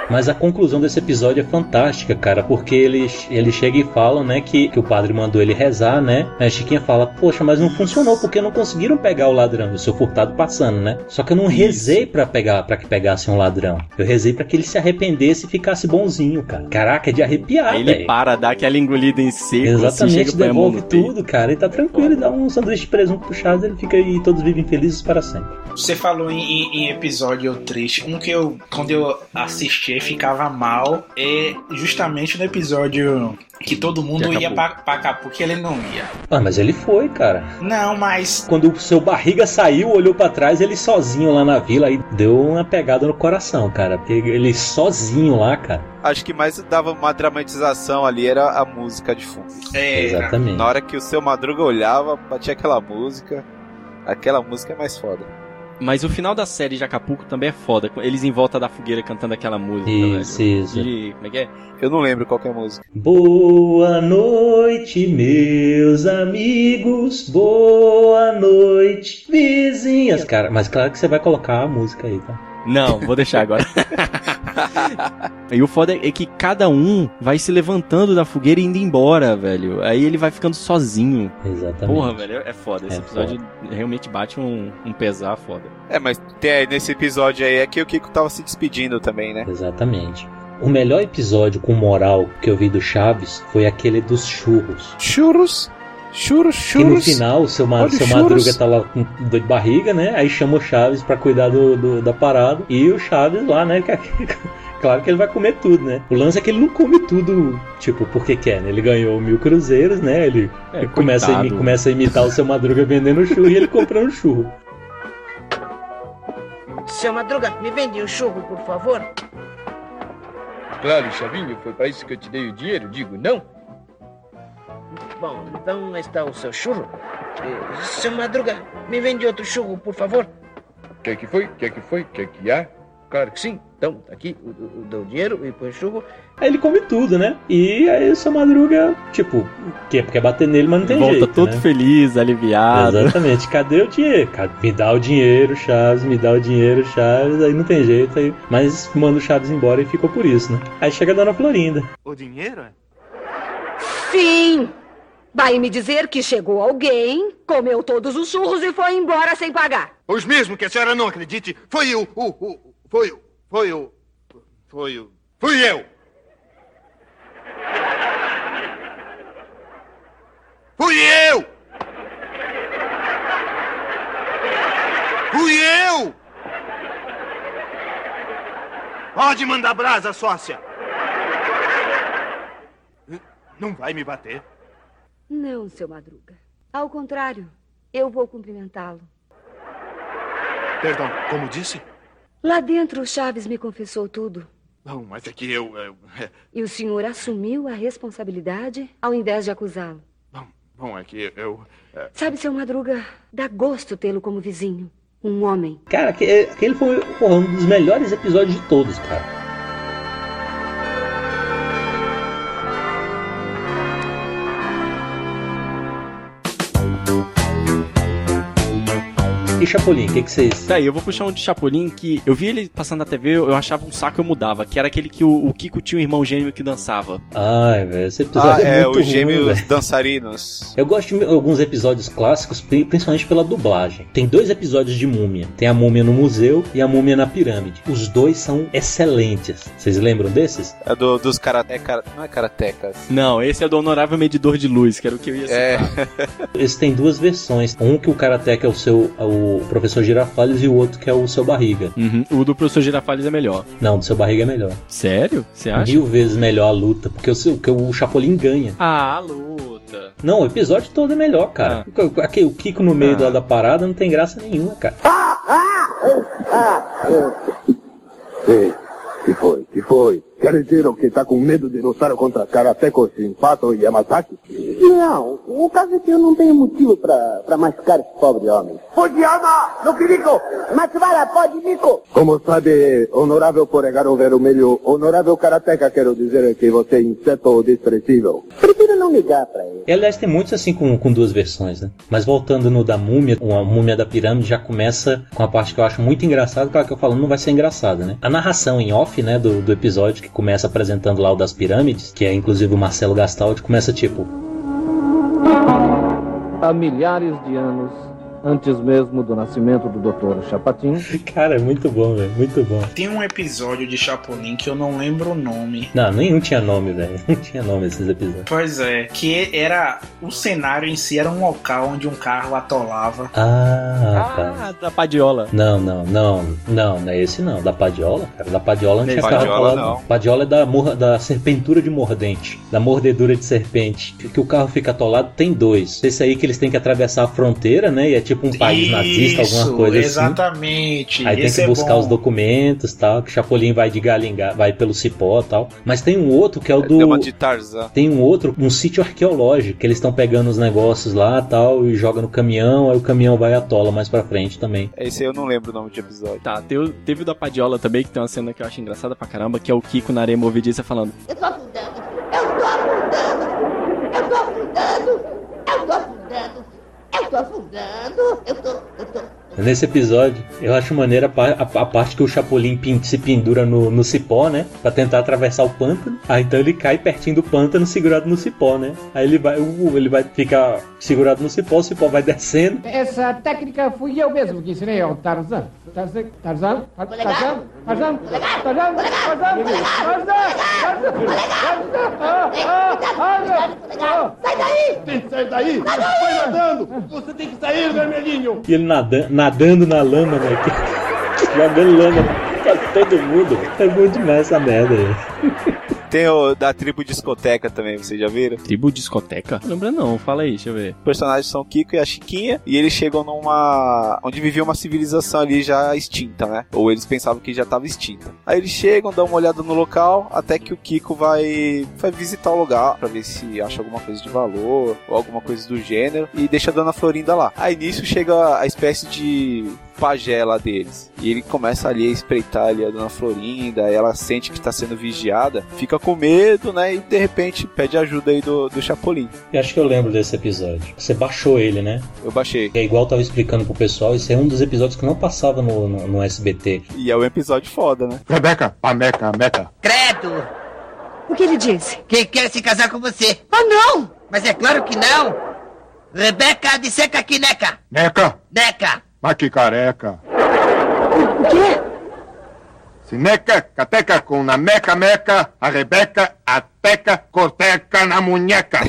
Mas a conclusão desse episódio é fantástica, cara, porque ele chega e fala, né, que o padre mandou ele rezar, né? Aí a Chiquinha fala, poxa, mas não funcionou porque não conseguiram pegar o ladrão, o seu furtado passando, né? Só que eu não rezei pra que pegasse um ladrão. Eu rezei pra que ele se arrependesse e ficasse bonzinho, cara. Caraca, é de arrepiar, velho. Aí ele para, dá aquela engolida em seco. Exatamente, assim, devolve tudo, cara. Ele tá tranquilo, ele dá um sanduíche de presunto pro Chaves, ele fica aí e todos vivem felizes para sempre. Você falou em episódio triste. Um que quando eu assisti, ficava mal. É justamente no episódio que todo mundo ia pra Acapulco, que ele não ia. Ah, mas ele foi, cara. Não, mas... Quando o seu barriga saiu, olhou pra trás, ele sozinho lá na vila, aí deu uma pegada no coração, cara. Ele sozinho lá, cara. Acho que mais dava uma dramatização ali, era a música de fundo. Exatamente. Na hora que o seu Madruga olhava, batia aquela música é mais foda. Mas o final da série de Acapulco também é foda. Eles em volta da fogueira cantando aquela música, isso, velho. Isso. Como é que é? Eu não lembro qual que é a música. Boa noite, meus amigos. Boa noite, vizinhas. Cara, mas claro que você vai colocar a música aí, tá? Não, vou deixar agora. E o foda é que cada um vai se levantando da fogueira e indo embora, velho. Aí ele vai ficando sozinho. Exatamente. Porra, velho, é foda. Esse episódio realmente bate um pesar foda. Mas nesse episódio aí é que o Kiko tava se despedindo também, né? Exatamente. O melhor episódio com moral que eu vi do Chaves foi aquele dos churros. Churros? E no final, o seu Madruga tá lá com dor de barriga, né? Aí chama o Chaves pra cuidar da parada. E o Chaves lá, né? Claro que ele vai comer tudo, né? O lance é que ele não come tudo, tipo, porque quer, né? Ele ganhou 1000 cruzeiros, né? Ele começa a imitar o seu Madruga vendendo churro e ele comprando churro. Seu Madruga, me vende um churro, por favor. Claro, Chavinho, foi pra isso que eu te dei o dinheiro, digo não. Bom, então está o seu churro. Seu Madruga, me vende outro churro, por favor. Quer que foi? Quer que há? Claro que sim. Então, tá aqui, dou o dinheiro e põe o churro. Aí ele come tudo, né? E aí o seu Madruga, tipo, quer bater nele, mas não tem jeito. Volta todo feliz, aliviado. Exatamente. Cadê o dinheiro? Me dá o dinheiro, Chaves, me dá o dinheiro, Chaves. Aí não tem jeito. Aí... Mas manda o Chaves embora e ficou por isso, né? Aí chega a Dona Florinda. O dinheiro, é? Sim! Vai me dizer que chegou alguém, comeu todos os churros e foi embora sem pagar. Pois mesmo que a senhora não acredite, fui eu! Fui eu! Pode mandar brasa, sócia! Não vai me bater? Não, seu Madruga. Ao contrário, eu vou cumprimentá-lo. Perdão, como disse? Lá dentro, o Chaves me confessou tudo. Não, mas é que eu... E o senhor assumiu a responsabilidade ao invés de acusá-lo. Bom, é que eu... Sabe, seu Madruga, dá gosto tê-lo como vizinho. Um homem. Cara, aquele foi um dos melhores episódios de todos, cara. E Chapolin, o que vocês... Tá aí, eu vou puxar um de Chapolin que eu vi ele passando na TV, eu achava um saco e eu mudava, que era aquele que o Kiko tinha um irmão gêmeo que dançava. Ai, velho, esse episódio é muito os gêmeos ruim, dançarinos. Eu gosto de alguns episódios clássicos, principalmente pela dublagem. Tem 2 episódios de Múmia. Tem a Múmia no museu e a Múmia na pirâmide. Os 2 são excelentes. Vocês lembram desses? É dos karatecas. Não é karatecas. Não, esse é do Honorável Medidor de Luz, que era o que eu ia citar. Esse tem 2 versões. Um que o karateca é o professor Girafales e o outro que é o seu Barriga. Uhum. O do professor Girafales é melhor. Não, o do seu Barriga é melhor. Sério? Você acha? 1000 vezes melhor a luta, porque o Chapolin ganha. Ah, a luta. Não, o episódio todo é melhor, cara. O Kiko no meio da parada não tem graça nenhuma, cara. Ei, que foi? Quer dizer que tá com medo de lutar contra Karateko, Shinpato e Yamazaki? Não, o caso é que eu não tenho motivo pra machucar esse pobre homem. Pode arma, no quirico! Matsubara, pode, Nico! Como sabe, honorável polegar vermelho, honorável karateca, quero dizer que você é inseto desprezível. Prefiro não ligar pra ele. E, aliás, tem muitos assim com duas versões, né? Mas voltando no da múmia, a múmia da pirâmide já começa com a parte que eu acho muito engraçada, claro que eu falo não vai ser engraçada, né? A narração em off, né, do episódio, que começa apresentando lá o das pirâmides, que é inclusive o Marcelo Gastaldi, começa tipo... Há milhares de anos, antes mesmo do nascimento do Dr. Chapatin. Cara, é muito bom, velho, muito bom. Tem um episódio de Chapolin que eu não lembro o nome. Não, nenhum tinha nome, velho. Não tinha nome esses episódios. Pois é, que era... O cenário em si era um local onde um carro atolava. Ah, da Padiola. Não é esse não. Da Padiola, cara. Da Padiola não tinha carro atolado. Não. Padiola é da serpentura de mordente. Da mordedura de serpente. Que o carro fica atolado, tem dois. Esse aí que eles têm que atravessar a fronteira, né? E é tipo um país nazista, alguma coisa exatamente. Assim. Aí tem que buscar os documentos e tal. Que o Chapolin vai de galinha, vai pelo cipó e tal. Mas tem um outro que é o do... Deu uma de Tarzan. Tem um outro, um sítio arqueológico, que eles estão pegando os negócios lá e tal, e joga no caminhão, aí o caminhão vai e atola mais pra frente também. Esse aí eu não lembro o nome de episódio. Tá, teve o da Padiola também, que tem uma cena que eu acho engraçada pra caramba, que é o Kiko na areia movediça falando: Eu tô afundando, eu tô afundando, eu tô afundando, eu tô afundando, eu tô afundando, eu tô... Nesse episódio, eu acho maneira a parte que o Chapolin se pendura no cipó, né? Pra tentar atravessar o pântano. Aí então ele cai pertinho do pântano, segurado no cipó, né? Aí ele vai ficar segurado no cipó, o cipó vai descendo. Essa técnica fui eu mesmo que ensinei ao Tarzan. Tarzan. Sai daí! Tem que sair daí! Vai nadando! Você tem que sair, vermelhinho! E ele nadando na lama, né? Jogando lama pra todo mundo. É bom demais essa merda aí. Tem o da tribo discoteca também, vocês já viram? Tribo discoteca? Não lembra não, fala aí, deixa eu ver. Os personagens são o Kiko e a Chiquinha, e eles chegam onde vivia uma civilização ali já extinta, né? Ou eles pensavam que já estava extinta. Aí eles chegam, dão uma olhada no local, até que o Kiko vai visitar o lugar pra ver se acha alguma coisa de valor, ou alguma coisa do gênero, e deixa a Dona Florinda lá. Aí nisso chega a espécie de pajé lá deles, e ele começa ali a espreitar ali a Dona Florinda, ela sente que tá sendo vigiada, fica com medo, né, e de repente pede ajuda aí do Chapolin. Eu acho que eu lembro desse episódio. Você baixou ele, né? Eu baixei. É igual eu tava explicando pro pessoal, esse é um dos episódios que não passava no SBT. E é um episódio foda, né? Rebeca, a Meca. Credo! O que ele disse? Que quer se casar com você. Ah, não! Mas é claro que não! Rebeca de Seca Quineca! Neca! Mas que careca! O quê? Sineca, cateca com na meca, a Rebeca, a teca, corteca na munheca.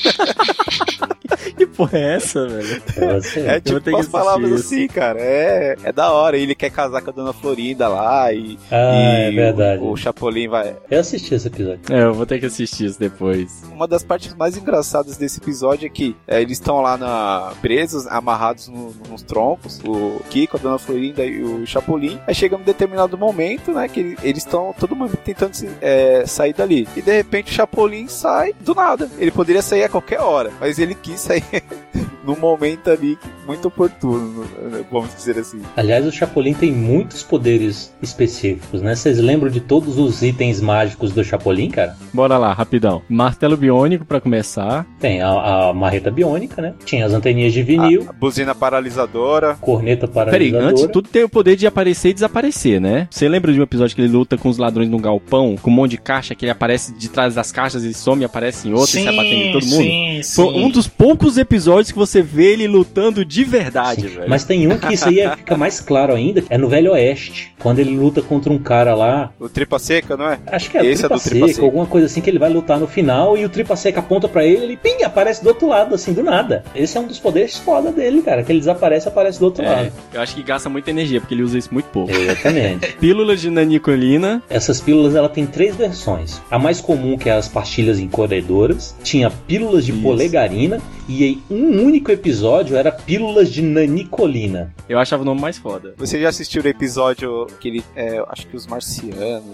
Que porra é essa, velho? É tipo umas palavras assim, cara. É da hora. Ele quer casar com a Dona Florinda lá e é verdade. O Chapolin vai... Eu assisti esse episódio. Eu vou ter que assistir isso depois. Uma das partes mais engraçadas desse episódio é que eles estão lá presos, amarrados nos troncos, o Kiko, a Dona Florinda e o Chapolin. Aí chega um determinado momento, né, que eles estão todo mundo tentando sair dali. E de repente o Chapolin sai do nada. Ele poderia sair a qualquer hora, mas ele quis sair num momento ali muito oportuno, vamos dizer assim. Aliás, o Chapolin tem muitos poderes específicos, né? Vocês lembram de todos os itens mágicos do Chapolin, cara? Bora lá, rapidão. Martelo biônico pra começar. Tem a marreta biônica, né? Tinha as anteninhas de vinil. A buzina paralisadora. Corneta paralisadora. Peraí, antes de tudo tem o poder de aparecer e desaparecer, né? Você lembra de um episódio que ele luta com os ladrões num galpão, com um monte de caixa, que ele aparece de trás das caixas e some e aparece em outro e sai batendo em todo mundo? Sim. Foi um dos poucos episódios que você vê ele lutando de verdade, velho. Mas tem um que isso aí fica mais claro ainda, é no Velho Oeste, quando ele luta contra um cara lá. O Tripa Seca, não é? Acho que é esse, o Tripa Seca, alguma coisa assim, que ele vai lutar no final e o Tripa Seca aponta pra ele ping, aparece do outro lado, assim, do nada. Esse é um dos poderes foda dele, cara, que ele desaparece e aparece do outro lado. Eu acho que gasta muita energia, porque ele usa isso muito pouco. Exatamente. Pílulas de nanicolina. Essas pílulas, ela tem 3 versões. A mais comum, que é as pastilhas incorredoras, tinha pílulas de polegarina, e em um único episódio era pílulas de nanicolina. Eu achava o nome mais foda. Você já assistiu o episódio que ele, acho que os marcianos...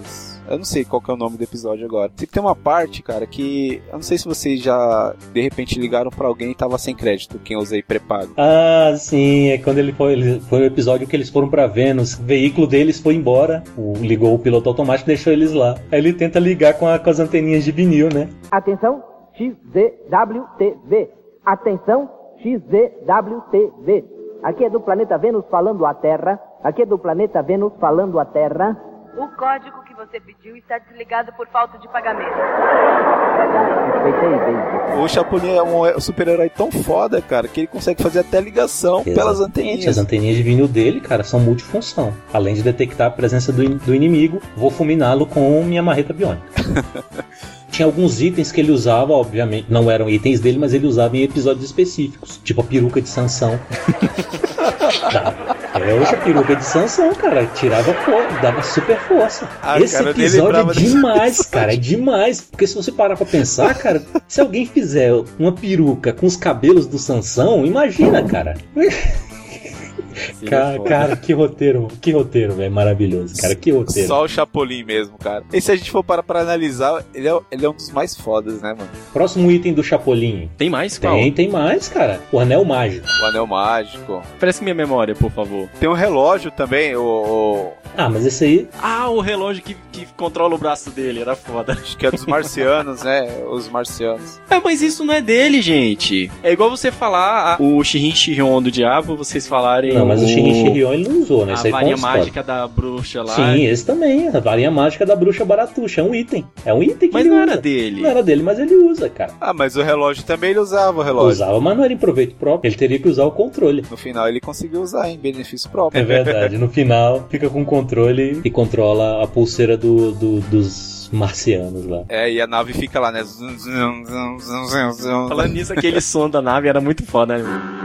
Eu não sei qual que é o nome do episódio agora. Tem uma parte, cara, que eu não sei se vocês já de repente ligaram pra alguém e tava sem crédito, quem usei pré-pago. Ah, sim, é quando foi o episódio que eles foram pra Vênus. O veículo deles foi embora, ligou o piloto automático e deixou eles lá. Aí ele tenta ligar com as anteninhas de vinil, né? Atenção, XZWTV. Atenção, XZWTV. Aqui é do planeta Vênus falando à Terra. Aqui é do planeta Vênus falando à Terra. O código que você pediu está desligado por falta de pagamento. O Chapolin é um super-herói tão foda, cara, que ele consegue fazer até ligação pelas anteninhas. As anteninhas de vinil dele, cara, são multifunção. Além de detectar a presença do inimigo, vou fulminá-lo com minha marreta biônica. Tinha alguns itens que ele usava, obviamente, não eram itens dele, mas ele usava em episódios específicos, tipo a peruca de Sansão. A peruca de Sansão, cara, tirava força, dava super força. Esse episódio é demais, cara, é demais. Porque se você parar pra pensar, cara, se alguém fizer uma peruca com os cabelos do Sansão, imagina, cara. Cara, que roteiro, velho, maravilhoso, cara, que roteiro. Só o Chapolin mesmo, cara. E se a gente for parar pra analisar, ele é um dos mais fodas, né, mano? Próximo item do Chapolin. Tem mais, qual? Tem mais, cara. O Anel Mágico. O Anel Mágico. Parece minha memória, por favor. Tem um relógio também, Ah, mas esse aí... Ah, o relógio que controla o braço dele, era foda. Acho que é dos marcianos, né? Os marcianos. É, mas isso não é dele, gente. É igual você falar o Shirin Shirion do Diabo, vocês falarem... Não, mas o Shirin Shirion ele não usou, né? A varinha mágica da bruxa lá. Sim, esse também. A varinha mágica da bruxa Baratuxa. É um item. É um item que mas ele não usa. Era dele. Não era dele, mas ele usa, cara. Ah, mas o relógio também ele usava, o relógio. Usava, mas não era em proveito próprio. Ele teria que usar o controle. No final ele conseguiu usar em benefício próprio. É verdade. No final fica com o controle e controla a pulseira dos marcianos lá. É, e a nave fica lá, né? Falando nisso, aquele som da nave era muito foda, né?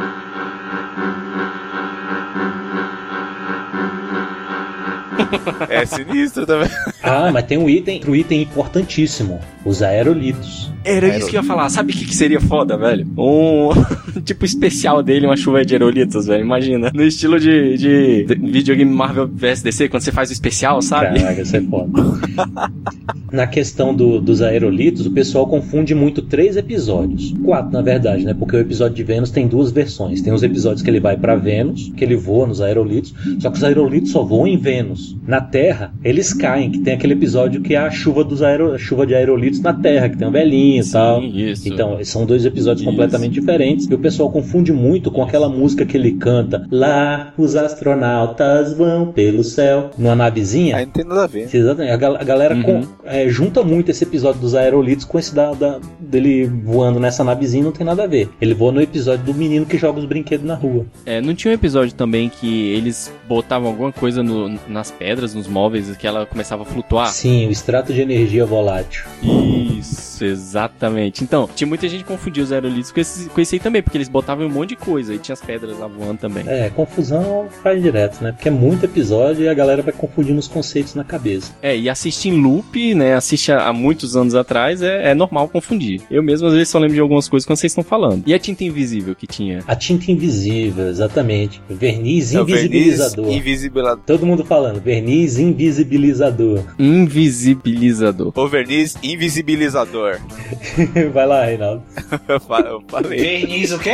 É sinistro também. Ah, mas tem outro item importantíssimo. Os aerolitos. Era isso que eu ia falar. Sabe o que seria foda, velho? Tipo especial dele, uma chuva de aerolitos, velho. Imagina. No estilo de videogame Marvel vs DC, quando você faz o especial, sabe? Caraca, isso é foda. Na questão dos aerolitos, o pessoal confunde muito 3 episódios. 4, na verdade, né? Porque o episódio de Vênus tem 2 versões. Tem os episódios que ele vai pra Vênus, que ele voa nos aerolitos. Só que os aerolitos só voam em Vênus. Na Terra, eles caem, que tem aquele episódio que é a chuva de aerolitos na Terra, que tem um velhinho e tal. Isso. Então, são 2 episódios completamente diferentes. E o pessoal confunde muito com aquela música que ele canta. Lá, os astronautas vão pelo céu. Numa navezinha. Aí não tem nada a ver. Exatamente. A galera junta muito esse episódio dos aerolitos com esse dele voando nessa navezinha, não tem nada a ver. Ele voa no episódio do menino que joga os brinquedos na rua. Não tinha um episódio também que eles botavam alguma coisa nas pedras, nos móveis, que ela começava a flutuar? Sim, o extrato de energia volátil. Isso, exatamente. Então, tinha muita gente que confundia os aerolitos com esse aí também, porque eles botavam um monte de coisa e tinha as pedras lá voando também. Confusão faz direto, né? Porque é muito episódio e a galera vai confundindo os conceitos na cabeça. E assiste em loop, né? Assiste há muitos anos atrás, é normal confundir. Eu mesmo, às vezes, só lembro de algumas coisas quando vocês estão falando. E a tinta invisível que tinha? A tinta invisível, exatamente. Verniz invisibilizador. Invisibilizador. Todo mundo falando, verniz invisibilizador. Invisibilizador. O verniz invisibilizador. Vai lá, Reinaldo. Eu falei. Verniz o quê?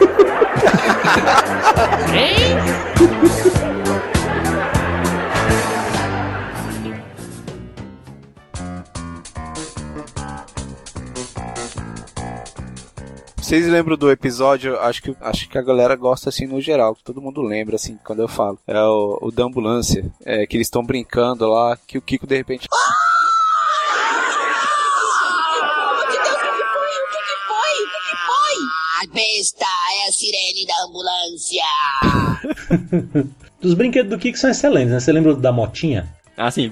Vocês lembram do episódio? Acho que a galera gosta assim no geral, que todo mundo lembra assim quando eu falo. É o da ambulância, que eles estão brincando lá, que o Kiko de repente. Besta, é a sirene da ambulância. Dos brinquedos do Kiko são excelentes, né? Você lembra da motinha? Ah, sim.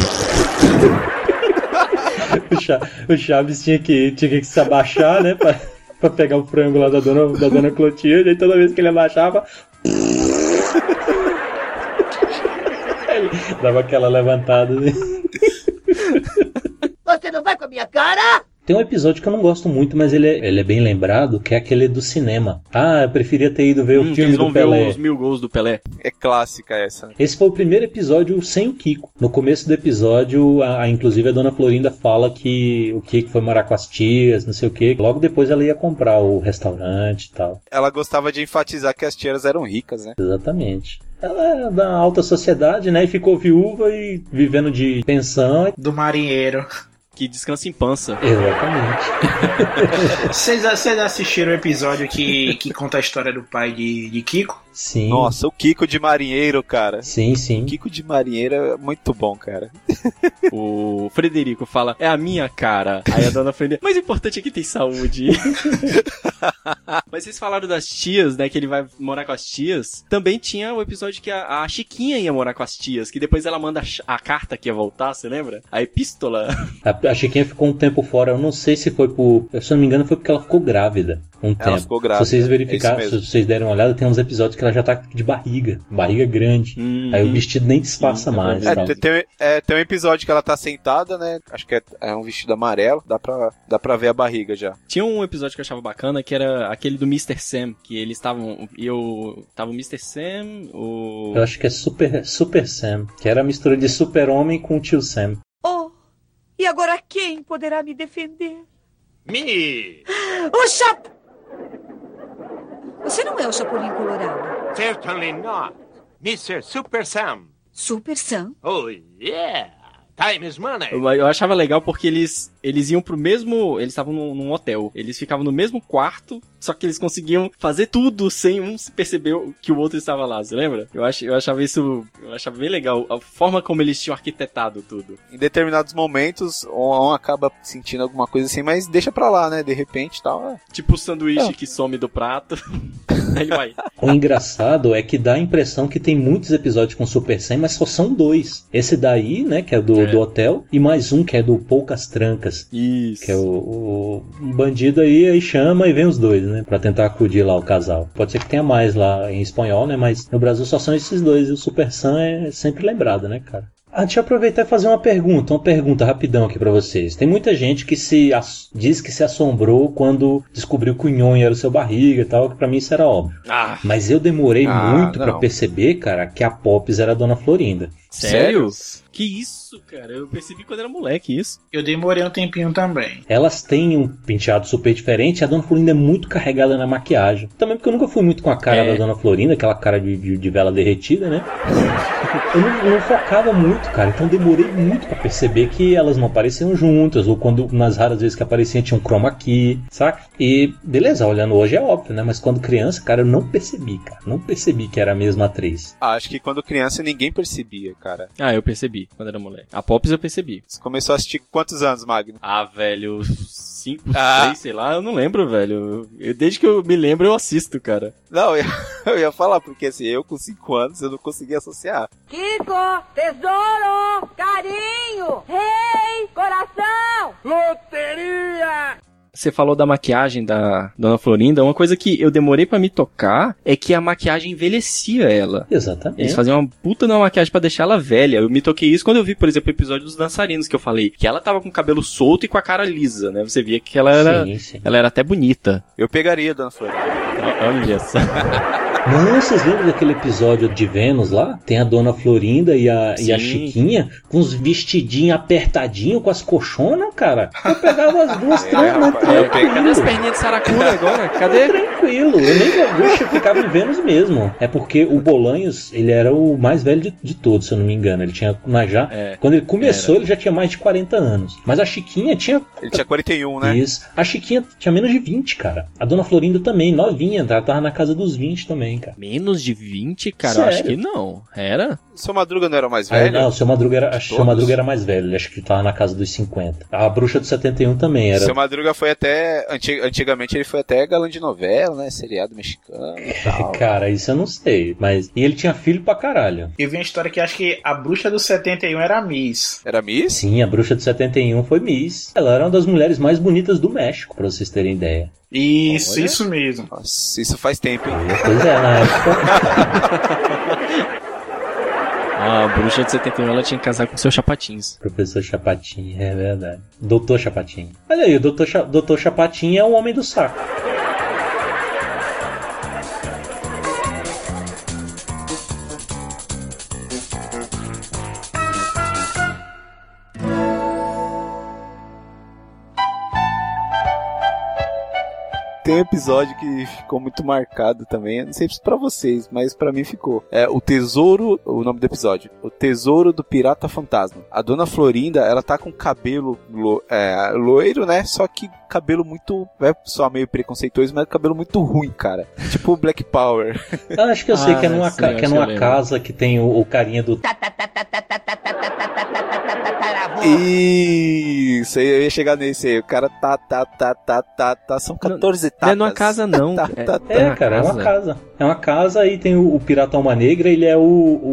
O Chaves tinha que se abaixar, né? Pra pegar o frango lá da dona Clotilde, e toda vez que ele abaixava. Ele dava aquela levantada. Você não vai com a minha cara? Tem um episódio que eu não gosto muito, mas ele é bem lembrado, que é aquele do cinema. Eu preferia ter ido ver o filme do Pelé. Ver os 1000 gols do Pelé. É clássica essa. Esse foi o primeiro episódio sem o Kiko. No começo do episódio, inclusive a dona Florinda fala que o Kiko foi morar com as tias, não sei o quê. Logo depois ela ia comprar o restaurante e tal. Ela gostava de enfatizar que as tias eram ricas, né? Exatamente. Ela é da alta sociedade, né? E ficou viúva e vivendo de pensão. Do marinheiro. Que descansa em pança. Exatamente. Vocês assistiram o episódio que conta a história do pai de Kiko? Sim. Nossa, o Kiko de marinheiro, cara. Sim, sim. O Kiko de marinheiro é muito bom, cara. O Frederico fala, é a minha cara. Aí a dona Florinda, mas o importante é que tem saúde. Mas vocês falaram das tias, né, que ele vai morar com as tias. Também tinha o episódio que a Chiquinha ia morar com as tias, que depois ela manda a carta que ia voltar, você lembra? A epístola. A Chiquinha ficou um tempo fora, eu não sei se foi se eu não me engano foi porque ela ficou grávida. Ela ficou grávida. Se vocês verificarem, se vocês derem uma olhada, tem uns episódios que ela já tá de barriga grande. Aí o vestido nem disfarça mais. Tem um episódio que ela tá sentada, né? Acho que é um vestido amarelo, dá pra ver a barriga já. Tinha um episódio que eu achava bacana, que era aquele do Mr. Sam, que eles estavam... Tava o Mr. Sam, Eu acho que é Super Sam, que era a mistura de Super-Homem com o Tio Sam. Oh, e agora quem poderá me defender? Me! O Chap... Você não é o Chapolin Colorado? Certainly not. Mr. Super Sam. Super Sam? Oh, yeah! Time is money. Eu achava legal porque eles iam pro mesmo... Eles estavam num hotel. Eles ficavam no mesmo quarto, só que eles conseguiam fazer tudo sem um perceber que o outro estava lá, você lembra? Eu achava isso... Eu achava bem legal. A forma como eles tinham arquitetado tudo. Em determinados momentos, um acaba sentindo alguma coisa assim, mas deixa pra lá, né? De repente, tal. Tipo o sanduíche que some do prato. Aí ele vai. O engraçado é que dá a impressão que tem muitos episódios com Super Sam, mas só são 2. Esse daí, né, que é do hotel, e mais um que é do Poucas Trancas. Isso. Que é um bandido aí chama e vem os dois, né, pra tentar acudir lá o casal. Pode ser que tenha mais lá em espanhol, né, mas no Brasil só são esses dois, e o Super Sam é sempre lembrado, né, cara? Deixa eu aproveitar e fazer uma pergunta rapidão aqui pra vocês. Tem muita gente que diz que se assombrou quando descobriu que o Nhonho era o seu barriga e tal, que pra mim isso era óbvio. Mas eu demorei muito pra perceber, cara, que a Pops era a Dona Florinda. Sério? Que isso, cara? Eu percebi quando era moleque isso. Eu demorei um tempinho também. Elas têm um penteado super diferente, a Dona Florinda é muito carregada na maquiagem. Também porque eu nunca fui muito com a cara da Dona Florinda, aquela cara de vela derretida, né? Eu não focava muito, cara, então demorei muito pra perceber que elas não apareciam juntas, ou quando, nas raras vezes que apareciam, tinha um chroma key, saca? E, beleza, olhando hoje é óbvio, né? Mas quando criança, cara, eu não percebi, cara. Não percebi que era a mesma atriz. Acho que quando criança ninguém percebia, cara. Eu percebi, quando era moleque. A Pops eu percebi. Você começou a assistir quantos anos, Magno? Velho, 5, 6, sei lá, eu não lembro, velho. Desde que eu me lembro, eu assisto, cara. Não, eu ia falar, porque assim, eu com 5 anos, eu não conseguia associar. Kiko, tesouro, carinho, rei, coração, loteria! Você falou da maquiagem da Dona Florinda. Uma coisa que eu demorei pra me tocar é que a maquiagem envelhecia ela. Exatamente. Eles faziam uma puta numa maquiagem pra deixar ela velha. Eu me toquei isso quando eu vi, por exemplo, o episódio dos dançarinos que eu falei. Que ela tava com o cabelo solto e com a cara lisa, né? Você via que ela era, ela era até bonita. Eu pegaria a Dona Florinda. Olha só. Não, vocês lembram daquele episódio de Vênus lá? Tem a Dona Florinda e a Chiquinha com os vestidinhos apertadinhos com as colchonas, cara. Eu pegava as duas tranquilas. Cadê as perninhas de saracura agora? Cadê? Tranquilo. Eu ficava em Vênus mesmo. É porque o Bolanhos, ele era o mais velho de todos, se eu não me engano. Ele tinha, quando ele começou, ele já tinha mais de 40 anos. Mas a Chiquinha tinha... Ele tinha 41, né? Isso. A Chiquinha tinha menos de 20, cara. A Dona Florinda também, novinha. Ela tava na casa dos 20 também, cara. Menos de 20, cara? Sério? Eu acho que não. Era? O Seu Madruga não era o mais velho? Não, o Seu Madruga era mais velho. Ele acho que tava na casa dos 50. A Bruxa do 71 também era. O Seu Madruga foi até... Antigamente ele foi até galã de novela, né? Seriado mexicano e tal. Cara, isso eu não sei. Mas... E ele tinha filho pra caralho. Eu vi uma história que acho que a Bruxa do 71 era a Miss. Era Miss? Sim, a Bruxa do 71 foi Miss. Ela era uma das mulheres mais bonitas do México, pra vocês terem ideia. Isso, olha. Isso mesmo. Nossa, isso faz tempo, hein? Pois é, na época... A bruxa de 71, ela tinha que casar com o seu Chapatinhos. Professor Chapatinho, é verdade. Doutor Chapatinho. Olha aí, o Doutor Chapatinho é um homem do saco. Tem um episódio que ficou muito marcado também, eu não sei se pra vocês, mas pra mim ficou. É o Tesouro, o nome do episódio, o Tesouro do Pirata Fantasma. A Dona Florinda, ela tá com cabelo loiro, né? Só que cabelo muito, vai soar meio preconceituoso, mas cabelo muito ruim, cara. Tipo Black Power. Eu acho que eu sei que é numa casa que tem o carinha do... Isso, eu ia chegar nesse aí. O cara são 14 tatas. Não é numa casa, não. Cara, é uma casa. É uma casa e tem o Pirata Alma Negra, ele é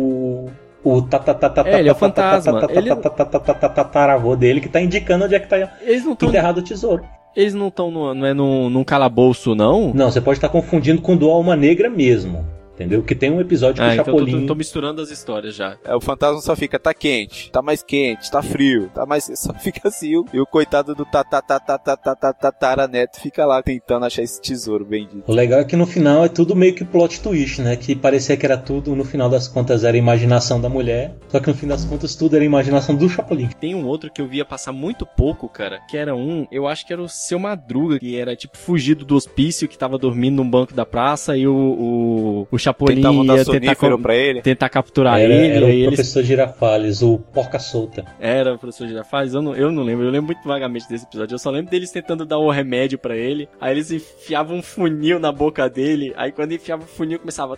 ele é o fantasma. Tataravô dele que tá indicando onde é que tá enterrado o tesouro. Eles não estão num calabouço, não? Não, você pode estar confundindo com o do Alma Negra mesmo. Entendeu? Que tem um episódio que o Chapolin... Então tô misturando as histórias já. O fantasma só fica, tá quente, tá mais quente, tá frio, tá mais... Só fica assim, e o coitado do Tataraneto fica lá tentando achar esse tesouro bendito. O legal é que no final é tudo meio que plot twist, né? Que parecia que era tudo, no final das contas, era a imaginação da mulher, só que no fim das contas tudo era a imaginação do Chapolin. Tem um outro que eu via passar muito pouco, cara, que era eu acho que era o Seu Madruga, que era tipo fugido do hospício, que tava dormindo num banco da praça, e o Chapolin ia tentar capturar ele. Era o professor Girafales, o Porca Solta. Era o professor Girafales, eu não lembro. Eu lembro muito vagamente desse episódio. Eu só lembro deles tentando dar o remédio pra ele. Aí eles enfiavam um funil na boca dele. Aí quando enfiava o funil, começava...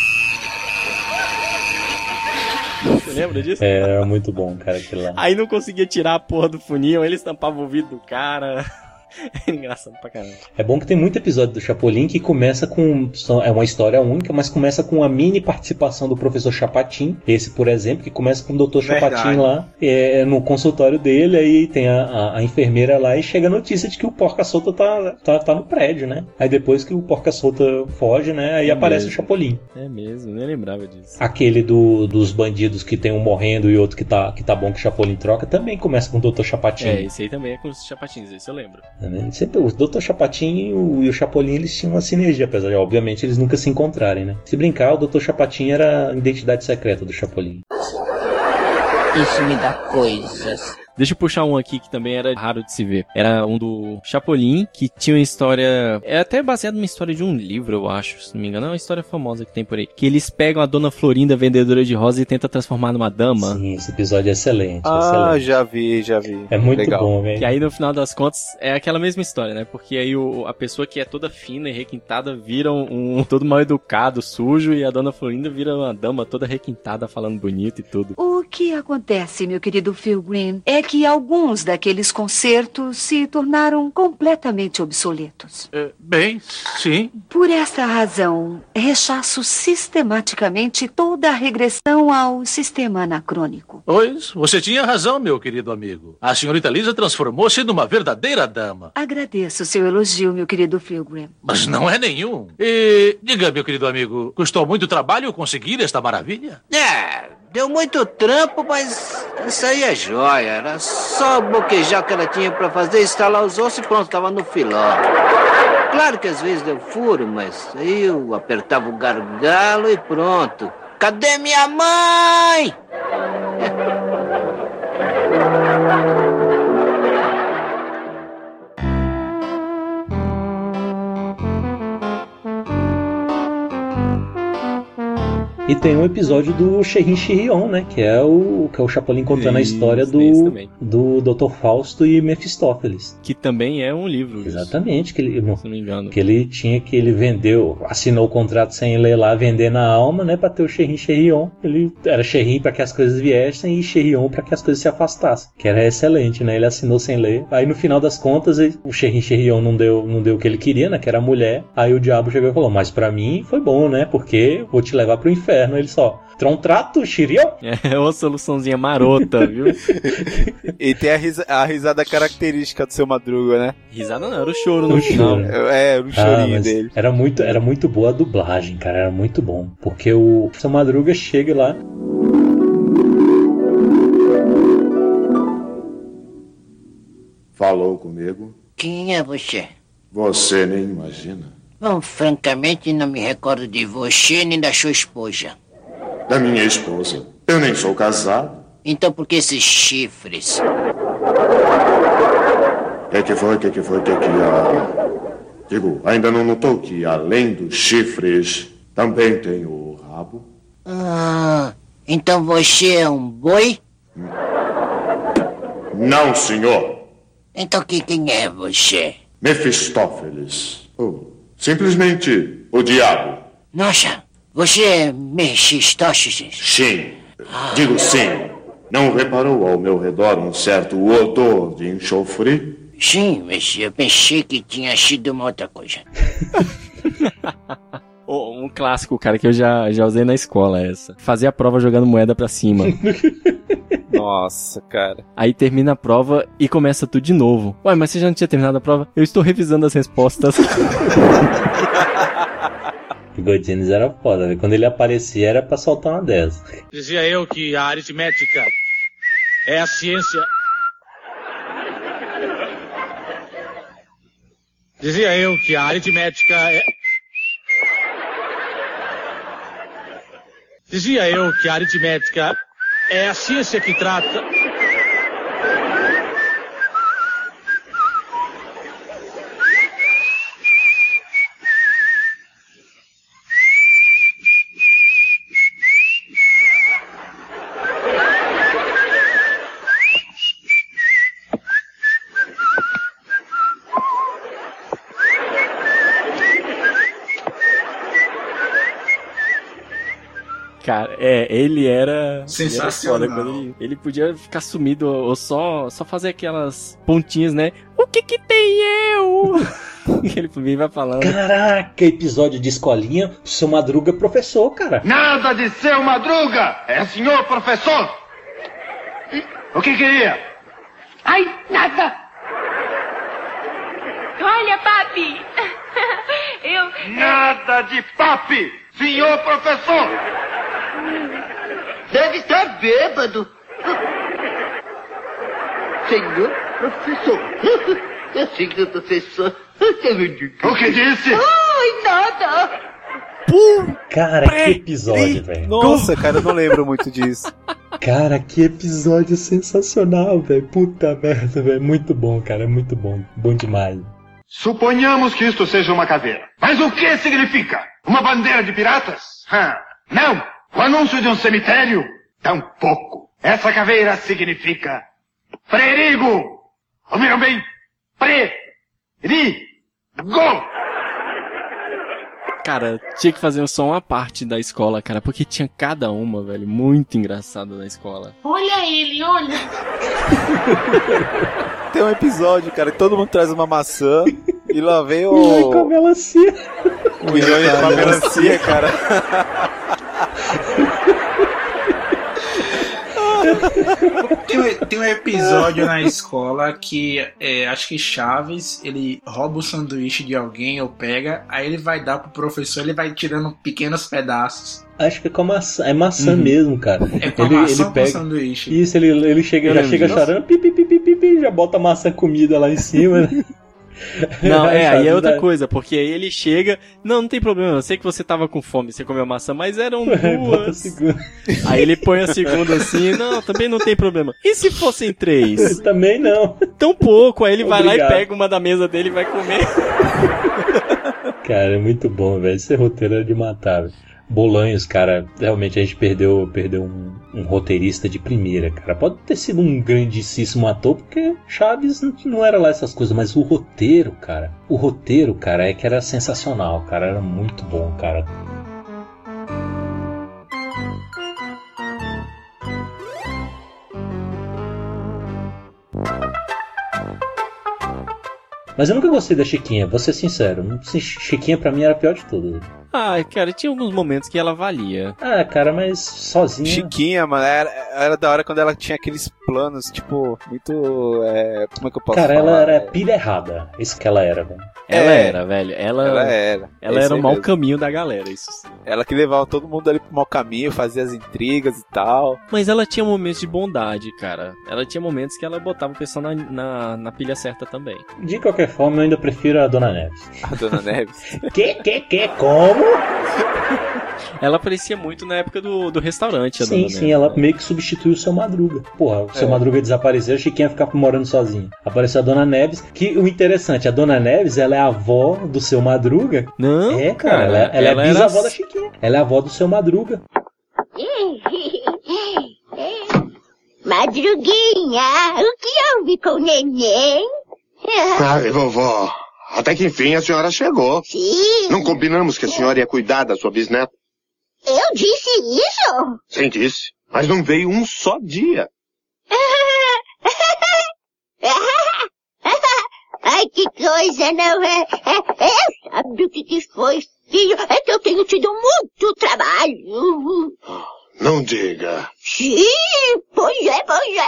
Você lembra disso? Era muito bom, cara, aquilo lá. Aí não conseguia tirar a porra do funil, aí eles tampavam o ouvido do cara... É engraçado pra caramba. É bom que tem muito episódio do Chapolin que começa com... É uma história única, mas começa com a mini participação do professor Chapatin. Esse, por exemplo, que começa com o Dr. Chapatin lá no consultório dele. Aí tem a enfermeira lá e chega a notícia de que o Porca Solta tá no prédio, né? Aí depois que o Porca Solta foge, né? Aí aparece o Chapolin. É mesmo, nem lembrava disso. Aquele dos bandidos que tem um morrendo e outro que tá bom que o Chapolin troca também começa com o Dr. Chapatin. Esse aí também é com os Chapatins, esse eu lembro. Sempre, o Dr. Chapatin e o Chapolin, eles tinham uma sinergia, apesar de, obviamente, eles nunca se encontrarem, né? Se brincar, o Dr. Chapatin era a identidade secreta do Chapolin. Isso me dá coisas. Deixa eu puxar um aqui que também era raro de se ver. Era um do Chapolin, que tinha uma história... É até baseado numa história de um livro, eu acho, se não me engano. É uma história famosa que tem por aí. Que eles pegam a Dona Florinda, vendedora de rosa, e tentam transformar numa dama. Sim, esse episódio é excelente. Excelente. Já vi. É muito legal. Bom, velho. Que aí, no final das contas, é aquela mesma história, né? Porque aí a pessoa que é toda fina e requintada vira um todo mal educado, sujo, e a Dona Florinda vira uma dama toda requintada, falando bonito e tudo. O que acontece, meu querido Phil Green, é que alguns daqueles concertos se tornaram completamente obsoletos. Bem, sim. Por essa razão, rechaço sistematicamente toda a regressão ao sistema anacrônico. Pois, você tinha razão, meu querido amigo. A senhorita Lisa transformou-se numa verdadeira dama. Agradeço o seu elogio, meu querido Phil Green. Mas não é nenhum. E diga, meu querido amigo, custou muito trabalho conseguir esta maravilha? Deu muito trampo, mas isso aí é joia. Era só boquejar o que ela tinha pra fazer, estalar os ossos e pronto, tava no filó. Claro que às vezes deu furo, mas aí eu apertava o gargalo e pronto. Cadê minha mãe? E tem um episódio do Sherrin Chirrion, né? Que é o Chapolin contando a história do Dr. Fausto e Mefistófeles. Que também é um livro. Exatamente. Que ele, se não me engano. Que ele vendeu, assinou o contrato sem ler lá, vender na alma, né? Pra ter o Sherrin Chirrion. Ele era Sherrin pra que as coisas viessem e Chirrion pra que as coisas se afastassem. Que era excelente, né? Ele assinou sem ler. Aí no final das contas, o Sherrin Chirrion não deu o que ele queria, né? Que era a mulher. Aí o diabo chegou e falou, mas pra mim foi bom, né? Porque vou te levar pro inferno. Ele só, contrato, Chirion? É uma soluçãozinha marota, viu? E tem a risada característica do Seu Madruga, né? Risada não, era o choro no final. Era o chorinho dele. Era muito boa a dublagem, cara, era muito bom. Porque o Seu Madruga chega lá... falou comigo? Quem é você? Você nem imagina. Bom, francamente, não me recordo de você nem da sua esposa. Da minha esposa. Eu nem sou casado. Então por que esses chifres? Que foi? Digo, ainda não notou que além dos chifres, também tem o rabo? Ah, então você é um boi? Não, senhor. Então quem é você? Mefistófeles. Simplesmente o diabo. Nossa, você é Mefistófeles? Sim, digo sim. Não reparou ao meu redor um certo odor de enxofre? Sim, mas eu pensei que tinha sido uma outra coisa. Um clássico, cara, que eu já usei na escola, essa. Fazer a prova jogando moeda pra cima. Nossa, cara. Aí termina a prova e começa tudo de novo. Ué, mas você já não tinha terminado a prova? Eu estou revisando as respostas. O Godines era foda, velho. Quando ele aparecia era pra soltar uma dessa. Dizia eu que a aritmética é a ciência... Dizia eu que a aritmética é... Dizia eu que a aritmética é a ciência que trata... Cara, ele era... sensacional. Ele, era foda, ele podia ficar sumido ou só fazer aquelas pontinhas, né? O que tem eu? Ele vai falando. Caraca, episódio de escolinha, o seu Madruga é professor, cara. Nada de seu Madruga, é senhor professor. O que queria? Ai, nada. Olha, papi. Nada de papi, senhor professor. Deve estar bêbado. Senhor professor. Senhor professor. O que disse? Ai, nada. Cara, que episódio, velho. Nossa, cara, eu não lembro muito disso. Cara, que episódio sensacional, velho. Puta merda, velho. Muito bom, cara. É muito bom. Bom demais. Suponhamos que isto seja uma caveira. Mas o que significa? Uma bandeira de piratas? Não. O anúncio de um cemitério? Tampouco. Essa caveira significa perigo. Ouviram bem? Perigo. Cara, tinha que fazer só uma parte da escola, cara, porque tinha cada uma, velho, muito engraçada na escola. Olha ele, olha. Tem um episódio, cara, que todo mundo traz uma maçã e lá vem o... Milhões com a melancia. O milhões com a melancia, cara. Tem um episódio na escola que acho que Chaves, ele rouba o sanduíche de alguém ou pega, aí ele vai dar pro professor, ele vai tirando pequenos pedaços. Acho que é com maçã, é maçã mesmo, cara. É com maçã ele pega... com sanduíche. Isso, ele chega chorando, pi, já bota maçã comida lá em cima, né? Não, aí é outra coisa, porque aí ele chega, não tem problema, eu sei que você tava com fome, você comeu maçã, mas eram duas. Aí ele põe a segunda assim, não, também não tem problema. E se fossem 3? Também não. Tão pouco, aí ele vai lá e pega uma da mesa dele e vai comer. Cara, é muito bom, velho, esse roteiro é de matar, velho. Bolanhos, cara, realmente a gente perdeu um roteirista de primeira, cara. Pode ter sido um grandíssimo ator, porque Chaves não era lá essas coisas, mas o roteiro, cara, é que era sensacional, cara, era muito bom, cara. Mas eu nunca gostei da Chiquinha, vou ser sincero. Chiquinha pra mim era a pior de todas. Ah, cara, tinha alguns momentos que ela valia. Ah, cara, mas sozinha. Chiquinha, mano, era da hora quando ela tinha aqueles planos, tipo, muito. Como é que eu posso falar? Cara, ela era pilha errada. Isso que ela era, velho. Ela era, velho. Ela era o mau mesmo. Caminho da galera, isso sim. Ela que levava todo mundo ali pro mau caminho, fazia as intrigas e tal. Mas ela tinha momentos de bondade, cara. Ela tinha momentos que ela botava o pessoal na pilha certa também. De qualquer forma, eu ainda prefiro a Dona Neves. A Dona Neves? Como? Ela aparecia muito na época do restaurante, a Dona Neves. Sim, ela meio que substituiu o Seu Madruga. Porra, o Seu Madruga desapareceu, a Chiquinha ficava morando sozinha. Apareceu a Dona Neves, que o interessante, a Dona Neves, ela é a avó do Seu Madruga. Não, é, cara, ela é bisavó da Chiquinha. Ela é a avó do Seu Madruga. Madruguinha, o que houve com o neném? Ai, vovó, até que enfim a senhora chegou. Sim. Não combinamos que a senhora ia cuidar da sua bisneta? Eu disse isso? Sim, disse. Mas não veio um só dia. Ai, que coisa, não é? Sabe o que foi, filho? É que eu tenho tido muito trabalho. Não diga. Sim, pois é.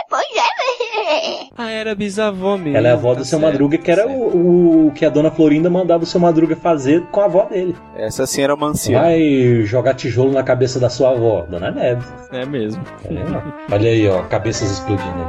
Ah, era bisavó mesmo. Ela é a avó do Seu Madruga, que era o que a Dona Florinda mandava o Seu Madruga fazer com a avó dele. Essa sim era uma anciã. Vai jogar tijolo na cabeça da sua avó, Dona Neves. É mesmo. Olha aí, ó, cabeças explodindo.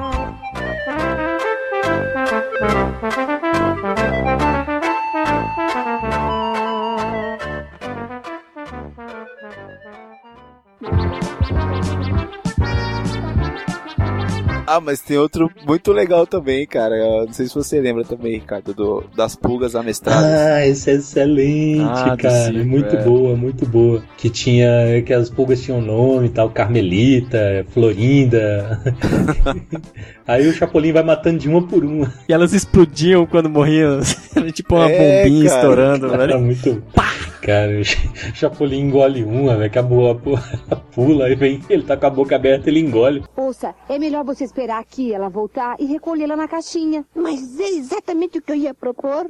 Ah, mas tem outro muito legal também, cara. Eu não sei se você lembra também, Ricardo, das pulgas amestradas. Ah, esse é excelente, cara. Muito boa. Que as pulgas tinham nome e tal, Carmelita, Florinda. Aí o Chapolin vai matando de uma por uma. E elas explodiam quando morriam. Era tipo uma bombinha estourando, cara, velho. Muito. Pá! Cara, o Chapolin engole uma, velho. Acabou a pula, aí vem, ele tá com a boca aberta, ele engole. Ouça, é melhor você esperar aqui ela voltar e recolhê-la na caixinha. Mas é exatamente o que eu ia propor.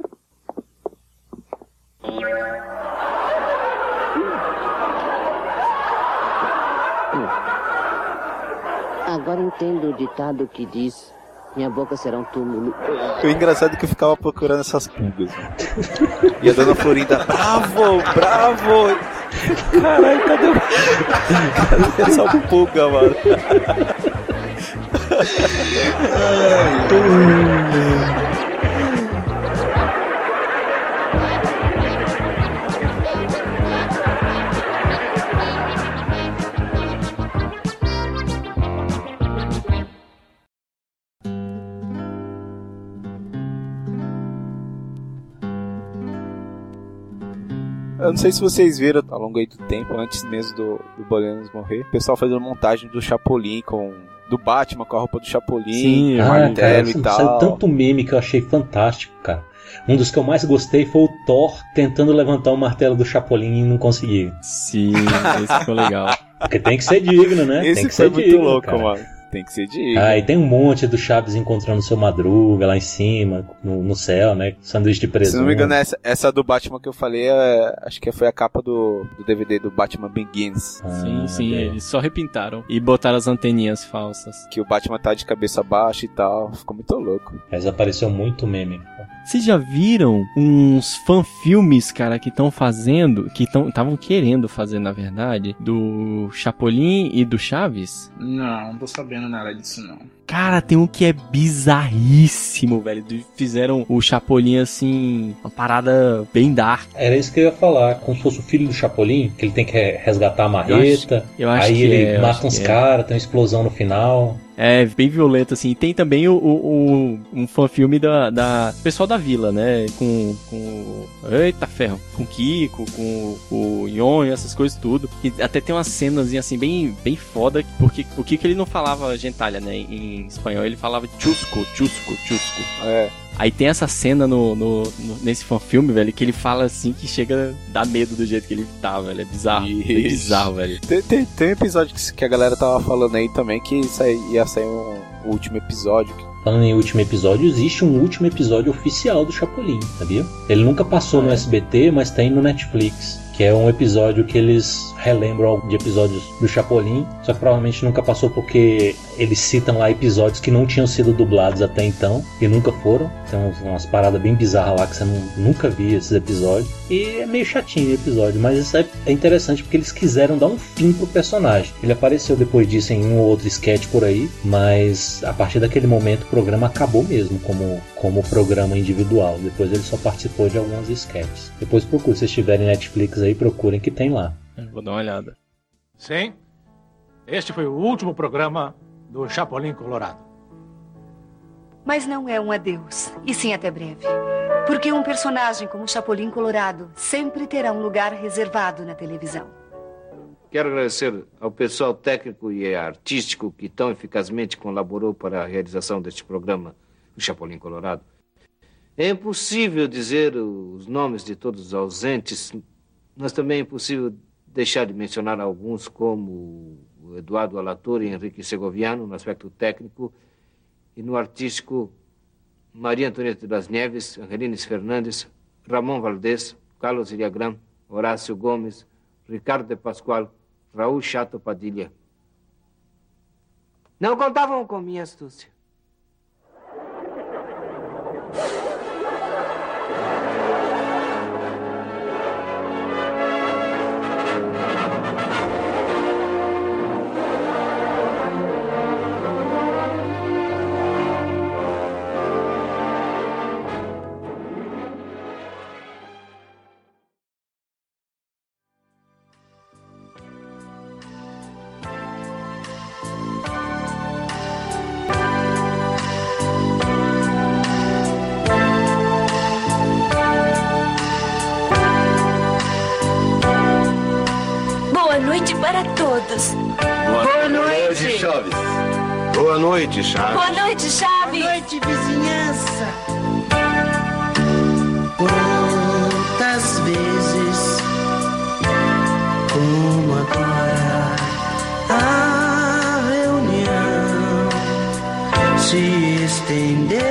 Agora entendo o ditado que diz: minha boca será um túmulo. O engraçado é que eu ficava procurando essas pulgas. E a Dona Florinda, bravo! Caralho, cadê essa pulga, mano? Eu não sei se vocês viram ao longo aí do tempo, antes mesmo do Bolianos morrer, o pessoal fazendo montagem do Chapolin do Batman com a roupa do Chapolin, sim, martelo cara, e tal. Saiu tanto meme que eu achei fantástico, cara. Um dos que eu mais gostei foi o Thor tentando levantar o martelo do Chapolin e não conseguiu. Sim, esse ficou legal. Porque tem que ser digno, né? Esse tem que foi ser muito digno, louco, cara. mano. Tem que ser digno. Ah, e tem um monte do Chaves encontrando o Seu Madruga lá em cima, no céu, né? Sanduíche de presunto. Se não me engano, essa do Batman que eu falei, acho que foi a capa do DVD do Batman Begins. Sim, eles só repintaram e botaram as anteninhas falsas. Que o Batman tá de cabeça baixa e tal, ficou muito louco. Mas apareceu muito meme. Vocês já viram uns fanfilmes, cara, que estão fazendo, que estavam querendo fazer, na verdade, do Chapolin e do Chaves? Não tô sabendo nada disso, não. Cara, tem um que é bizarríssimo, velho. Fizeram o Chapolin, assim, uma parada bem dark. Era isso que eu ia falar, como se fosse o filho do Chapolin, que ele tem que resgatar a marreta, eu acho aí que ele mata uns caras, tem uma explosão no final. É, bem violento, assim. E tem também um fanfilme da pessoal da vila, né? Com eita ferro. Com o Kiko, com o Nhonho, essas coisas tudo. E até tem umas cenas, assim, bem foda. Porque o Kiko, ele não falava gentalha, né? Em espanhol, ele falava chusco. É. Aí tem essa cena nesse fanfilme, velho, que ele fala assim que chega a dar medo do jeito que ele tá, velho. É bizarro. É bizarro, velho. Tem um episódio que a galera tava falando aí também que ia sair um último episódio. Falando em último episódio, existe um último episódio oficial do Chapolin, sabia? Ele nunca passou no SBT, mas tem no Netflix. que é um episódio que eles relembram de episódios do Chapolin, só que provavelmente nunca passou porque eles citam lá episódios que não tinham sido dublados até então, e nunca foram. Tem umas paradas bem bizarras lá que você nunca via esses episódios. E é meio chatinho o episódio, mas isso é interessante porque eles quiseram dar um fim pro personagem. Ele apareceu depois disso em um ou outro sketch por aí, mas a partir daquele momento o programa acabou mesmo como programa individual. Depois ele só participou de algumas sketches. Depois procure, se estiverem Netflix aí, procurem que tem lá. Vou dar uma olhada. Sim, este foi o último programa do Chapolin Colorado. Mas não é um adeus, e sim até breve. Porque um personagem como o Chapolin Colorado sempre terá um lugar reservado na televisão. Quero agradecer ao pessoal técnico e artístico que tão eficazmente colaborou para a realização deste programa, o Chapolin Colorado. É impossível dizer os nomes de todos os ausentes, mas também é impossível deixar de mencionar alguns como o Eduardo Alatorre e Henrique Segoviano, no aspecto técnico, e no artístico, Maria Antonieta das Neves, Angelines Fernandes, Ramon Valdés, Carlos Iriagram, Horácio Gomes, Ricardo de Pascoal, Raul Chato Padilha. Não contavam com minha astúcia. Para todos. Boa noite, Chaves. Boa noite, Chaves. Boa noite, Chaves. Boa noite, vizinhança. Quantas vezes, como agora, a reunião se estendeu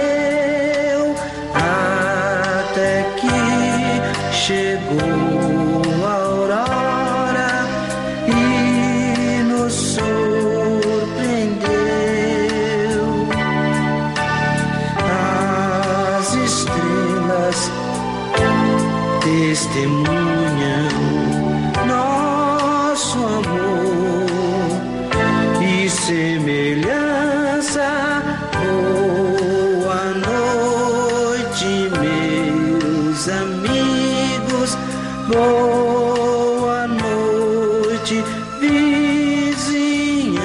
até que chegou a aurora. Testemunham nosso amor e semelhança. Boa noite, meus amigos. Boa noite, vizinhança.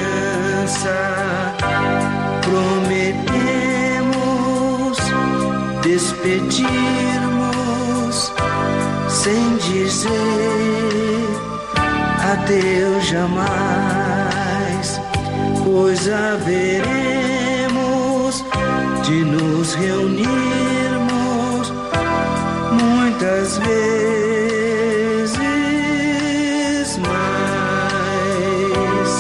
Prometemos despedirmos sem dizer adeus jamais, pois haveremos de nos reunirmos muitas vezes mais.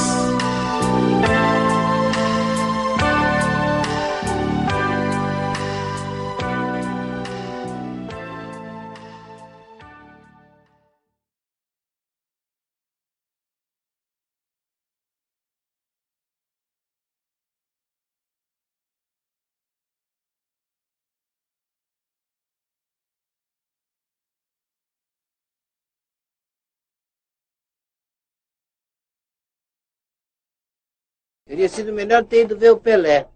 Teria sido melhor ter ido ver o Pelé.